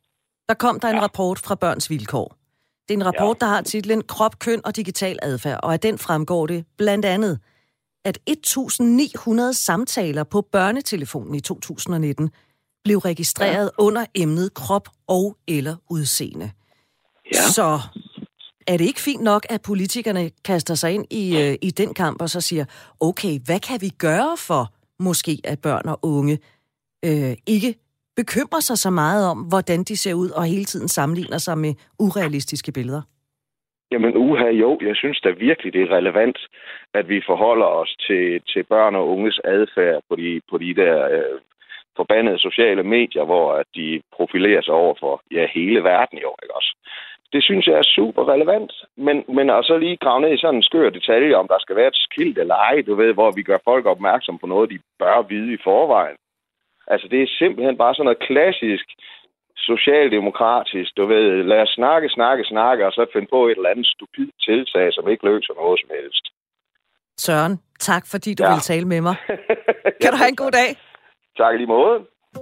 S1: der kom der en rapport fra Børns Vilkår. Det er en rapport, der har titlen Krop, køn og digital adfærd, og af den fremgår det blandt andet, at 1.900 samtaler på børnetelefonen i 2019 blev registreret under emnet krop og eller udseende. Ja. Så er det ikke fint nok, at politikerne kaster sig ind i den kamp og så siger, okay, hvad kan vi gøre for måske, at børn og unge ikke bekymrer sig så meget om, hvordan de ser ud, og hele tiden sammenligner sig med urealistiske billeder?
S10: Jamen jo, jeg synes da virkelig, det er relevant, at vi forholder os til børn og unges adfærd på de der forbandede sociale medier, hvor de profilerer sig over for hele verden jo, ikke også? Det synes jeg er super relevant, men altså lige grave ned i sådan en skør detalje, om der skal være et skilt eller ej, du ved, hvor vi gør folk opmærksom på noget, de bør vide i forvejen. Altså, det er simpelthen bare sådan noget klassisk socialdemokratisk, du ved, lad os snakke, og så finde på et eller andet stupid tiltag, som ikke løser noget som helst.
S1: Søren, tak fordi du ville tale med mig. Kan du have en god dag?
S10: Tak i lige måde.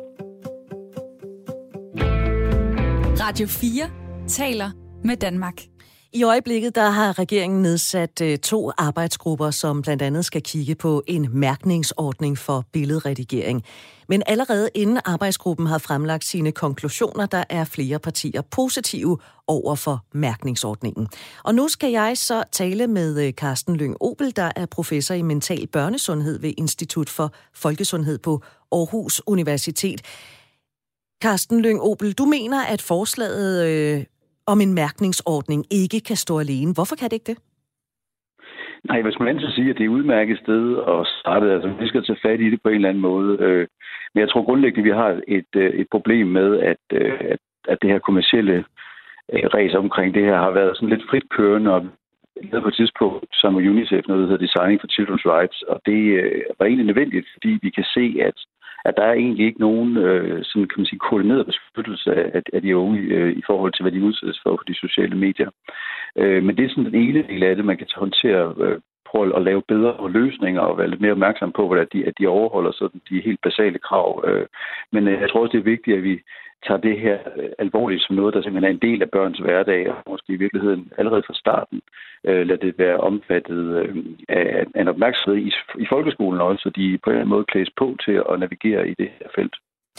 S4: Radio 4 taler med Danmark.
S1: I øjeblikket der har regeringen nedsat 2 arbejdsgrupper, som blandt andet skal kigge på en mærkningsordning for billedredigering. Men allerede inden arbejdsgruppen har fremlagt sine konklusioner, der er flere partier positive over for mærkningsordningen. Og nu skal jeg så tale med Carsten Lyng Obel, der er professor i mental børnesundhed ved Institut for Folkesundhed på Aarhus Universitet. Carsten Lyng Obel, du mener, at forslaget om en mærkningsordning ikke kan stå alene. Hvorfor kan det ikke det?
S11: Nej, hvis man altid siger, at det er et udmærket sted at starte, altså vi skal tage fat i det på en eller anden måde. Men jeg tror grundlæggende, at vi har et problem med, at det her kommercielle ræs omkring det her har været sådan lidt frit kørende, og på et tidspunkt, som UNICEF, noget der hedder Designing for Children's Rights, og det var egentlig nødvendigt, fordi vi kan se, at der er egentlig ikke nogen sådan, kan man sige, koordineret beskyttelse af de unge i forhold til, hvad de udsættes for de sociale medier. Men det er sådan den ene del af det, man kan håndtere, prøve at lave bedre løsninger og være lidt mere opmærksom på, hvordan de overholder sådan de helt basale krav. Men jeg tror også, det er vigtigt, at vi tager det her alvorligt som noget, der simpelthen er en del af børns hverdag, og måske i virkeligheden allerede fra starten lad det være omfattet af en opmærksomhed i folkeskolen også, så de på en måde klædes på til at navigere i det her felt.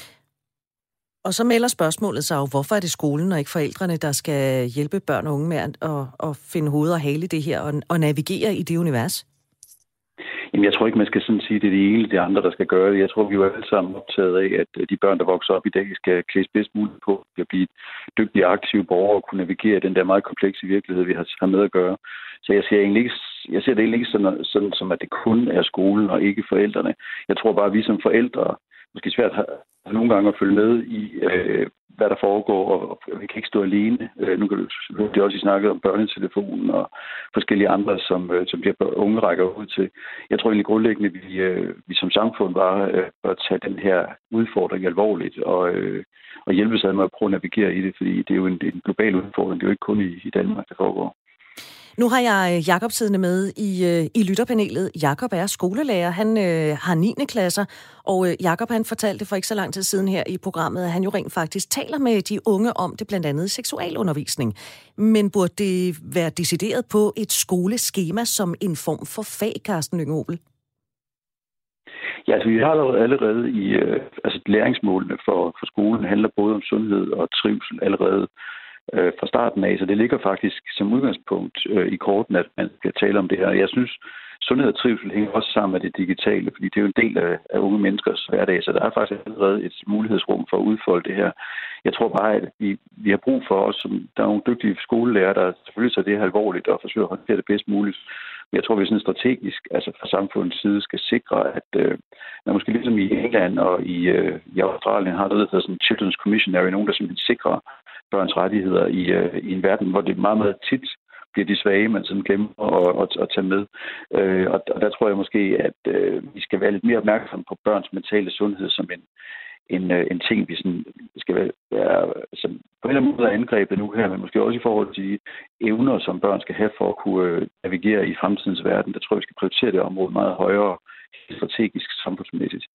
S1: Og så melder spørgsmålet sig jo, hvorfor er det skolen og ikke forældrene, der skal hjælpe børn og unge med at finde hoved og hale i det her og navigere i det univers?
S11: Jamen, jeg tror ikke, man skal sådan sige, at det er det ene eller det andre, der skal gøre det. Jeg tror, vi er alle sammen optaget af, at de børn, der vokser op i dag, skal klædes bedst muligt på at blive dygtige, aktive borgere og kunne navigere i den der meget komplekse virkelighed, vi har med at gøre. Så jeg ser det egentlig ikke sådan, som at det kun er skolen og ikke forældrene. Jeg tror bare, at vi som forældre måske svært har nogle gange at følge med i, hvad der foregår, og vi kan ikke stå alene. Nu kan det også I snakket om børnetelefonen og forskellige andre, som de unge rækker ud til. Jeg tror egentlig grundlæggende, at vi som samfund bare bør tage den her udfordring alvorligt og hjælpe sig med at prøve at navigere i det, fordi det er jo en global udfordring. Det er jo ikke kun i Danmark, der foregår.
S1: Nu har jeg Jakob siddende med i lytterpanelet. Jakob er skolelærer. Han har 9. klasser, og Jakob han fortalte for ikke så lang tid siden her i programmet, at han jo rent faktisk taler med de unge om det, blandt andet seksualundervisning. Men burde det være decideret på et skoleskema som en form for fag, Carsten Lyng Obel?
S11: Ja, altså vi har allerede i læringsmålene for skolen handler både om sundhed og trivsel allerede fra starten af, så det ligger faktisk som udgangspunkt i korten, at man skal tale om det her. Jeg synes, sundhed og trivsel hænger også sammen med det digitale, fordi det er jo en del af unge menneskers hverdag, så der er faktisk allerede et mulighedsrum for at udfolde det her. Jeg tror bare, at vi har brug for os, der er nogle dygtige skolelærer, der selvfølgelig tager det her alvorligt og forsøger at håndtere det bedst muligt. Men jeg tror, at vi sådan strategisk, altså fra samfundets side, skal sikre, at man måske ligesom i England og i Australien har noget, der hedder sådan Children's Commissionary, nogen, der simpelthen sikrer børns rettigheder i en verden, hvor det meget, meget tit bliver de svage, man sådan glemmer at tage med. Og der tror jeg måske, at vi skal være lidt mere opmærksomme på børns mentale sundhed som en ting, vi sådan skal være som på en eller anden måde er angrebet nu her, men måske også i forhold til de evner, som børn skal have for at kunne navigere i fremtidens verden. Der tror jeg, vi skal prioritere det område meget højere strategisk samfundsmæssigt.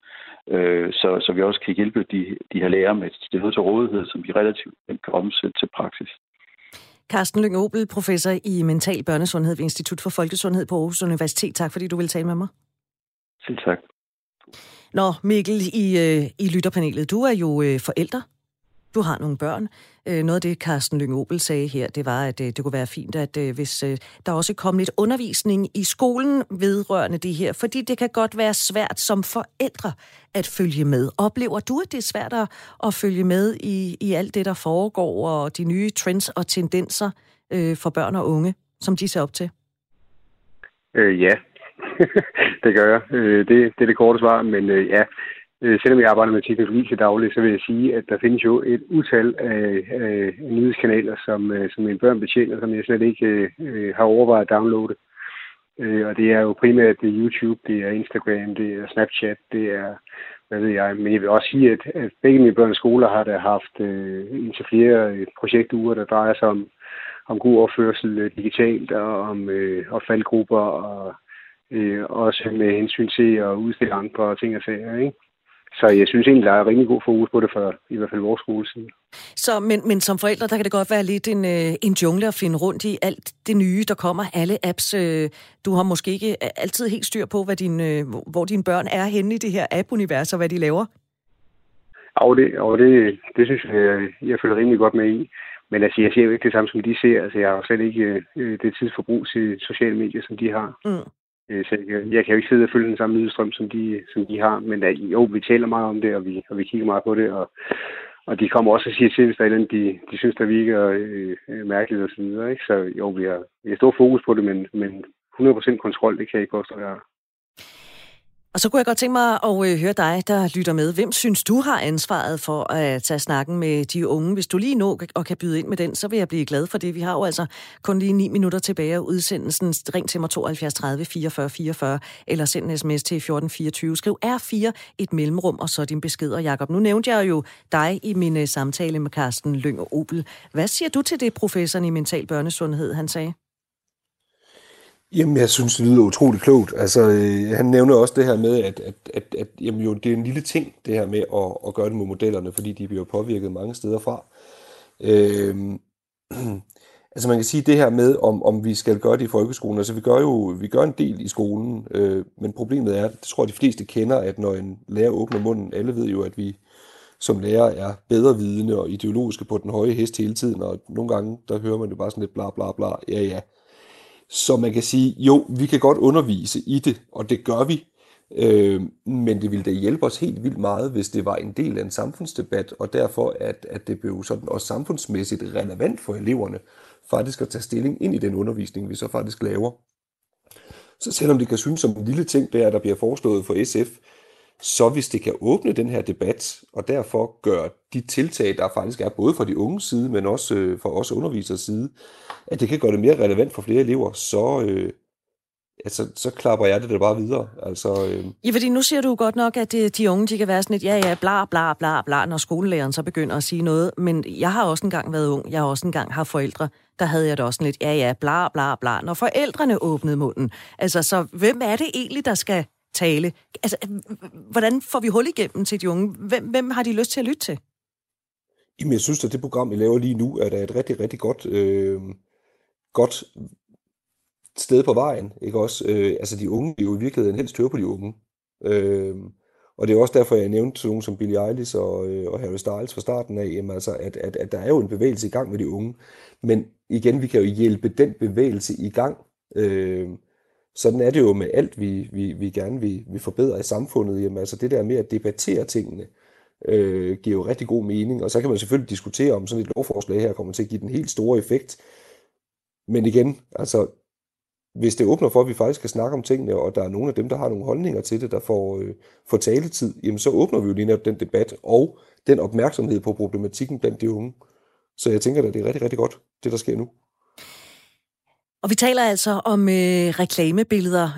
S11: så vi også kan hjælpe de her lærere med det noget til rådighed, som vi relativt kan omsætte til praksis.
S1: Carsten Lyng Obel, professor i mental børnesundhed ved Institut for Folkesundhed på Aarhus Universitet. Tak fordi du vil tale med mig.
S11: Selv tak.
S1: Nå, Mikkel, i lytterpanelet, du er jo forælder. Du har nogle børn. Noget af det, Carsten Lyng Obel sagde her, det var, at det kunne være fint, at hvis der også kom lidt undervisning i skolen vedrørende det her, fordi det kan godt være svært som forældre at følge med. Oplever du, at det er svært at følge med i alt det, der foregår, og de nye trends og tendenser for børn og unge, som de ser op til?
S5: Ja, det gør jeg. Det er det korte svar, men ja. Selvom jeg arbejder med teknologi til daglig, så vil jeg sige, at der findes jo et utal af nyhedskanaler, som mine børn betjener, som jeg slet ikke har overvejet at downloade. Og det er jo primært YouTube, det er Instagram, det er Snapchat, det er, hvad ved jeg. Men jeg vil også sige, at begge mine børns skoler har da haft indtil flere projektuger, der drejer sig om god opførsel digitalt og faldgrupper og også med hensyn til at udstille andre ting og sager, ikke? Så jeg synes egentlig, der er rigtig god fokus på det for i hvert fald vores skoleside.
S1: Så, men som forældre, der kan det godt være lidt en jungle at finde rundt i alt det nye, der kommer. Alle apps. Du har måske ikke altid helt styr på, hvor dine børn er henne i det her app-univers, og hvad de laver?
S5: Det synes jeg følger rimelig godt med i. Men altså, jeg ser jo ikke det samme, som de ser. Altså, jeg har jo slet ikke det tidsforbrug til sociale medier, som de har. Mm. Så jeg kan jo ikke sidde og følge den samme nyhedsstrøm, som de har, men jo, vi taler meget om det, og vi kigger meget på det, og de kommer også og siger til, hvis der er et eller andet, de synes, der virker mærkeligt og så videre, ikke? Så jo, vi har stor fokus på det, men 100% kontrol, det kan jeg ikke påstå, at jeg har.
S1: Og så kunne jeg godt tænke mig at høre dig, der lytter med. Hvem synes du har ansvaret for at tage snakken med de unge? Hvis du lige nå og kan byde ind med den, så vil jeg blive glad for det. Vi har jo altså kun lige 9 minutter tilbage af udsendelsen. Ring til mig 72 30 44 44, eller send en sms til 1424. Skriv R4 et mellemrum, og så din besked. Og Jakob, nu nævnte jeg jo dig i min samtale med Carsten Lyng Obel. Hvad siger du til det, professoren i mental børnesundhed, han sagde?
S6: Jamen, jeg synes, det lyder utroligt klogt. Altså, han nævner også det her med, at jamen, jo, det er en lille ting, det her med at gøre det med modellerne, fordi de bliver påvirket mange steder fra. Altså, man kan sige det her med, om vi skal gøre det i folkeskolen. Altså, vi gør en del i skolen, men problemet er, det tror jeg, de fleste kender, at når en lærer åbner munden, alle ved jo, at vi som lærer er bedre vidende og ideologiske på den høje hest hele tiden, og nogle gange, der hører man det bare sådan lidt bla bla bla, ja. Så man kan sige, jo, vi kan godt undervise i det, og det gør vi, men det ville da hjælpe os helt vildt meget, hvis det var en del af en samfundsdebat, og derfor, at det blev sådan også samfundsmæssigt relevant for eleverne, faktisk at tage stilling ind i den undervisning, vi så faktisk laver. Så selvom det kan synes som en lille ting, der bliver foreslået for SF, så hvis det kan åbne den her debat, og derfor gøre de tiltag, der faktisk er både fra de unges side, men også fra os underviseres side, at det kan gøre det mere relevant for flere elever, så klapper jeg det bare videre.
S1: Ja, fordi nu siger du godt nok, at de unge, de kan være sådan lidt, ja, bla, bla, bla, bla, når skolelæreren så begynder at sige noget. Men jeg har også engang været ung, jeg har også engang haft forældre, der havde jeg da også sådan lidt, ja, bla, bla, bla, når forældrene åbnede munden. Altså, så hvem er det egentlig, der skal tale? Altså, hvordan får vi hul igennem til de unge? Hvem har de lyst til at lytte til?
S6: Jamen, jeg synes, at det program, I laver lige nu, er da et rigtig, rigtig godt sted på vejen, ikke også? Altså, de unge er jo i virkeligheden helst høre på de unge. Og det er også derfor, jeg nævnte nogen som Billie Eilish og Harry Styles fra starten af, jamen, altså, at der er jo en bevægelse i gang med de unge. Men igen, vi kan jo hjælpe den bevægelse i gang. Sådan er det jo med alt, vi gerne vil forbedre i samfundet. Jamen, altså det der med at debattere tingene, giver jo rigtig god mening. Og så kan man selvfølgelig diskutere, om sådan et lovforslag her kommer til at give den helt store effekt. Men igen, altså hvis det åbner for, at vi faktisk kan snakke om tingene, og der er nogle af dem, der har nogle holdninger til det, der får taletid, jamen så åbner vi jo lige netop den debat og den opmærksomhed på problematikken blandt de unge. Så jeg tænker, at det er rigtig, rigtig godt, det der sker nu.
S1: Og vi taler altså om reklamebilleder,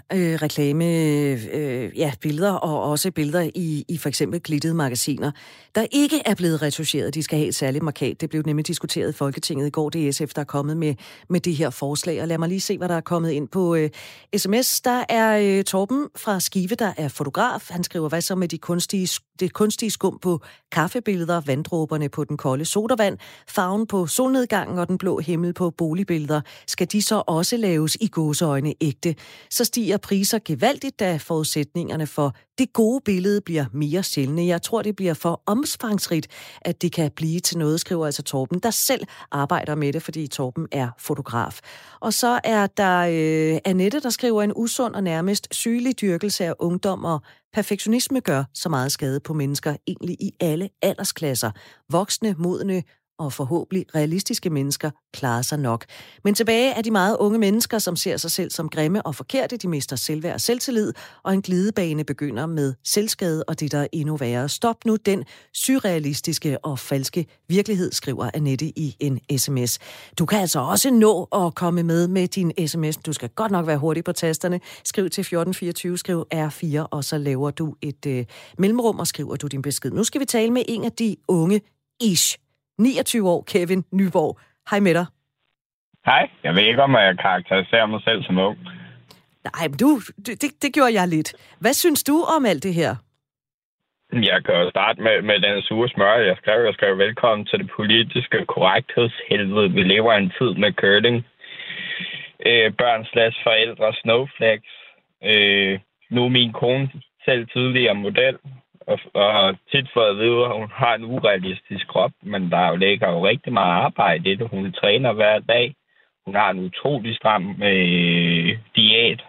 S1: billeder og også billeder i for eksempel glittede magasiner, der ikke er blevet retoucheret. De skal have et særligt markat. Det blev nemlig diskuteret i Folketinget i går. Det er SF, der er kommet med det her forslag. Og lad mig lige se, hvad der er kommet ind på sms. Der er Torben fra Skive, der er fotograf. Han skriver, hvad så med det kunstige skum på kaffebilleder, vanddråberne på den kolde sodavand, farven på solnedgangen og den blå himmel på boligbilleder. Skal de så også laves i gåseøjne ægte? Så stiger priser gevaldigt, da forudsætningerne for det gode billede bliver mere sjældne. Jeg tror, det bliver for omfangsrigt, at det kan blive til noget, skriver altså Torben, der selv arbejder med det, fordi Torben er fotograf. Og så er der Annette, der skriver, en usund og nærmest sygelig dyrkelse af ungdom og perfektionisme gør så meget skade på mennesker, egentlig i alle aldersklasser. Voksne, modne og forhåbentlig realistiske mennesker klarer sig nok. Men tilbage er de meget unge mennesker, som ser sig selv som grimme og forkerte. De mister selvværd og selvtillid, og en glidebane begynder med selvskade og det, der er endnu værre. Stop nu den surrealistiske og falske virkelighed, skriver Annette i en sms. Du kan altså også nå at komme med din sms. Du skal godt nok være hurtig på tasterne. Skriv til 1424, skriv R4, og så laver du et mellemrum, og skriver du din besked. Nu skal vi tale med en af de unge ish. 29 år, Kevin Nyborg. Hej med dig.
S12: Hej. Jeg ved ikke, om jeg karakteriserer mig selv som ung.
S1: Nej, men det gjorde jeg lidt. Hvad synes du om alt det her?
S12: Jeg kan jo starte med den sure smør. Jeg skrev velkommen til det politiske korrekthedshelvede. Vi lever i en tid med curling. Børn/forældre, snowflakes. Nu er min kone selv tidligere model. Og tit for at vide, at hun har en urealistisk krop, men der ligger jo rigtig meget arbejde i det. Hun træner hver dag. Hun har en utrolig stram diæt.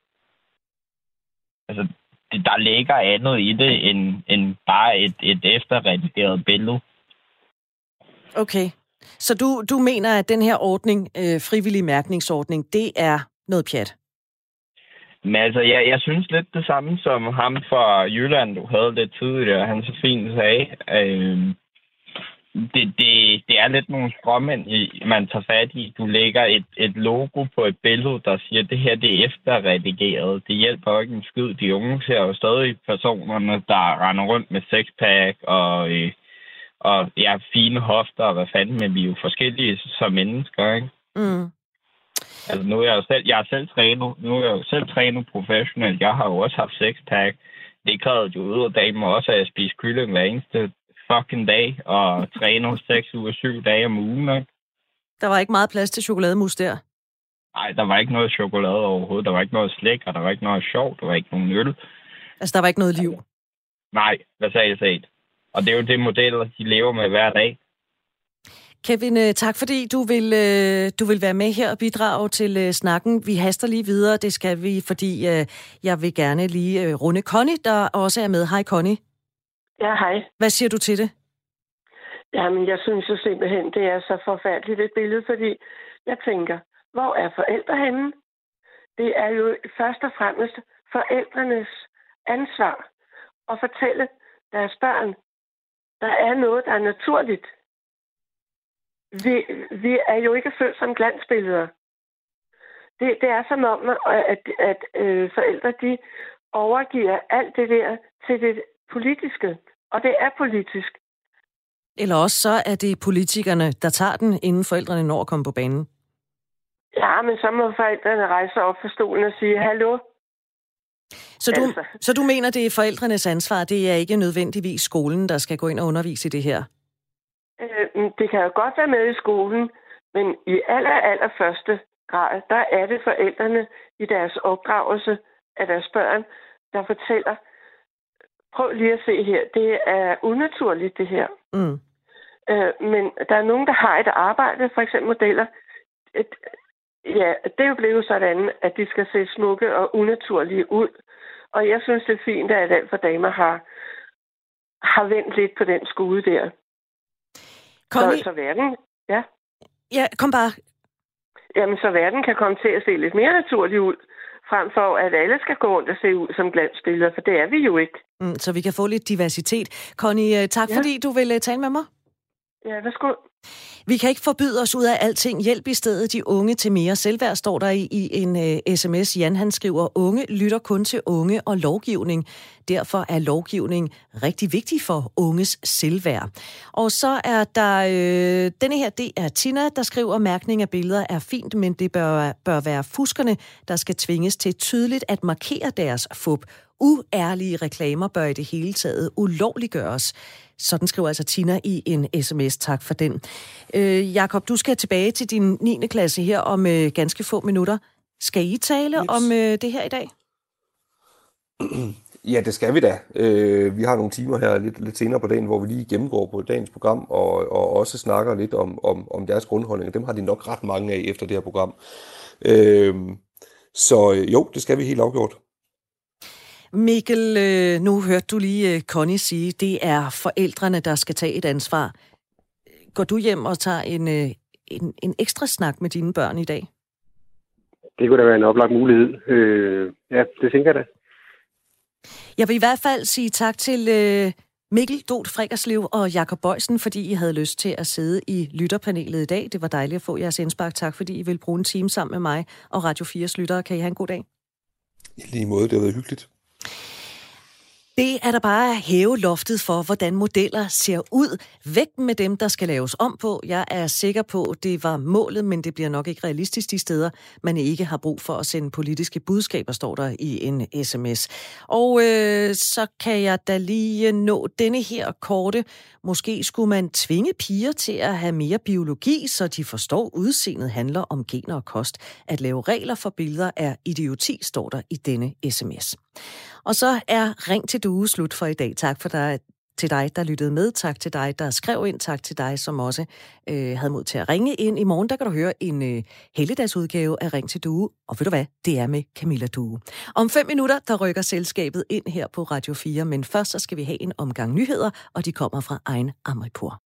S12: Altså, der ligger andet i det, end bare et efterredigeret billede.
S1: Okay. Så du mener, at den her ordning, frivillig mærkningsordning, det er noget pjat?
S12: Men altså, jeg synes lidt det samme som ham fra Jylland, du havde lidt tidligere, han så fint sagde. Det er lidt nogle stråmænd, man tager fat i. Du lægger et logo på et billede, der siger, at det her det er efterredigeret. Det hjælper jo ikke en skid. De unge ser jo stadig personerne, der render rundt med sixpack og fine hofter og hvad fanden, men vi er jo forskellige som mennesker, ikke? Mm. Altså, nu er jeg selv trænet professionelt. Jeg har jo også haft sixpack. Det krævede jo ud af dagen med også, at jeg spiste kylling hver eneste fucking dag og træner 6 uger 7 dage om ugen. Ikke?
S1: Der var ikke meget plads til chokolademus der?
S12: Nej, der var ikke noget chokolade overhovedet. Der var ikke noget slik, og der var ikke noget sjovt. Der var ikke nogen øl.
S1: Altså, der var ikke noget liv?
S12: Nej, hvad sagde jeg set? Og det er jo det modeller, de lever med hver dag.
S1: Kevin, tak fordi du vil være med her og bidrage til snakken. Vi haster lige videre, det skal vi, fordi jeg vil gerne lige runde Connie, der også er med. Hej Connie.
S13: Ja, hej.
S1: Hvad siger du til det?
S13: Jamen, jeg synes jo simpelthen, det er så forfærdeligt et billede, fordi jeg tænker, hvor er forældre henne? Det er jo først og fremmest forældrenes ansvar at fortælle deres børn, der er noget, der er naturligt. Vi er jo ikke født som glansbilleder. Det er som om, at forældre de overgiver alt det der til det politiske. Og det er politisk.
S1: Eller også så er det politikerne, der tager den, inden forældrene når at komme på banen.
S13: Ja, men så må forældrene rejse op for stolen og sige, hallo.
S1: Så du mener, det er forældrenes ansvar, det er ikke nødvendigvis skolen, der skal gå ind og undervise i det her?
S13: Det kan jo godt være med i skolen, men i allerførste grad, der er det forældrene i deres opdragelse af deres børn, der fortæller, prøv lige at se her, det er unaturligt det her. Mm. Men der er nogen, der har et arbejde, for eksempel modeller. Det er jo blevet sådan, at de skal se smukke og unaturlige ud. Og jeg synes, det er fint, at alt for damer har vendt lidt på den skude der. Så verden, ja.
S1: Ja, kom bare.
S13: Jamen, så verden kan komme til at se lidt mere naturlig ud, frem for at alle skal gå rundt og se ud som glansbilleder, for det er vi jo ikke.
S1: Så vi kan få lidt diversitet. Connie, tak fordi du vil tale med mig.
S13: Ja, værsgo.
S1: Vi kan ikke forbyde os ud af alting. Hjælp i stedet de unge til mere selvværd, står der i en sms. Jan, han skriver, unge lytter kun til unge og lovgivning. Derfor er lovgivning rigtig vigtig for unges selvværd. Og så er der denne her, det er Tina, der skriver, mærkning af billeder er fint, men det bør være fuskerne, der skal tvinges til tydeligt at markere deres fup. Uærlige reklamer bør i det hele taget ulovliggøres. Sådan skriver altså Tina i en sms. Tak for den. Jakob, du skal tilbage til din 9. klasse her om ganske få minutter. Skal I tale om det her i dag?
S6: Ja, det skal vi da. Vi har nogle timer her lidt senere på dagen, hvor vi lige gennemgår på dagens program og også snakker lidt om deres grundholdninger. Dem har de nok ret mange af efter det her program. Så jo, det skal vi helt afgjort.
S1: Mikkel, nu hørte du lige Connie sige, det er forældrene, der skal tage et ansvar. Går du hjem og tager en ekstra snak med dine børn i dag?
S5: Det kunne da være en oplagt mulighed. Ja, det tænker jeg da.
S1: Jeg vil i hvert fald sige tak til Mikkel Dot Frederslev og Jakob Bøjsen, fordi I havde lyst til at sidde i lytterpanelet i dag. Det var dejligt at få jeres indspark. Tak, fordi I vil bruge en time sammen med mig og Radio 4's lyttere. Kan I have en god dag?
S6: I lige måde, det har været hyggeligt.
S1: Det er der bare at hæve loftet for, hvordan modeller ser ud. Væk med dem, der skal laves om på. Jeg er sikker på, at det var målet, men det bliver nok ikke realistisk de steder, man ikke har brug for at sende politiske budskaber, står der i en sms. Og så kan jeg da lige nå denne her korte. Måske skulle man tvinge piger til at have mere biologi, så de forstår, udseendet handler om gener og kost. At lave regler for billeder er idioti, står der i denne sms. Og så er Ring til Due slut for i dag. Tak for til dig, der lyttede med. Tak til dig, der skrev ind. Tak til dig, som også havde mod til at ringe ind. I morgen, der kan du høre en helligdagsudgave af Ring til Due. Og ved du hvad? Det er med Camilla Due. Om 5 minutter, der rykker selskabet ind her på Radio 4. Men først så skal vi have en omgang nyheder, og de kommer fra egen Amripur.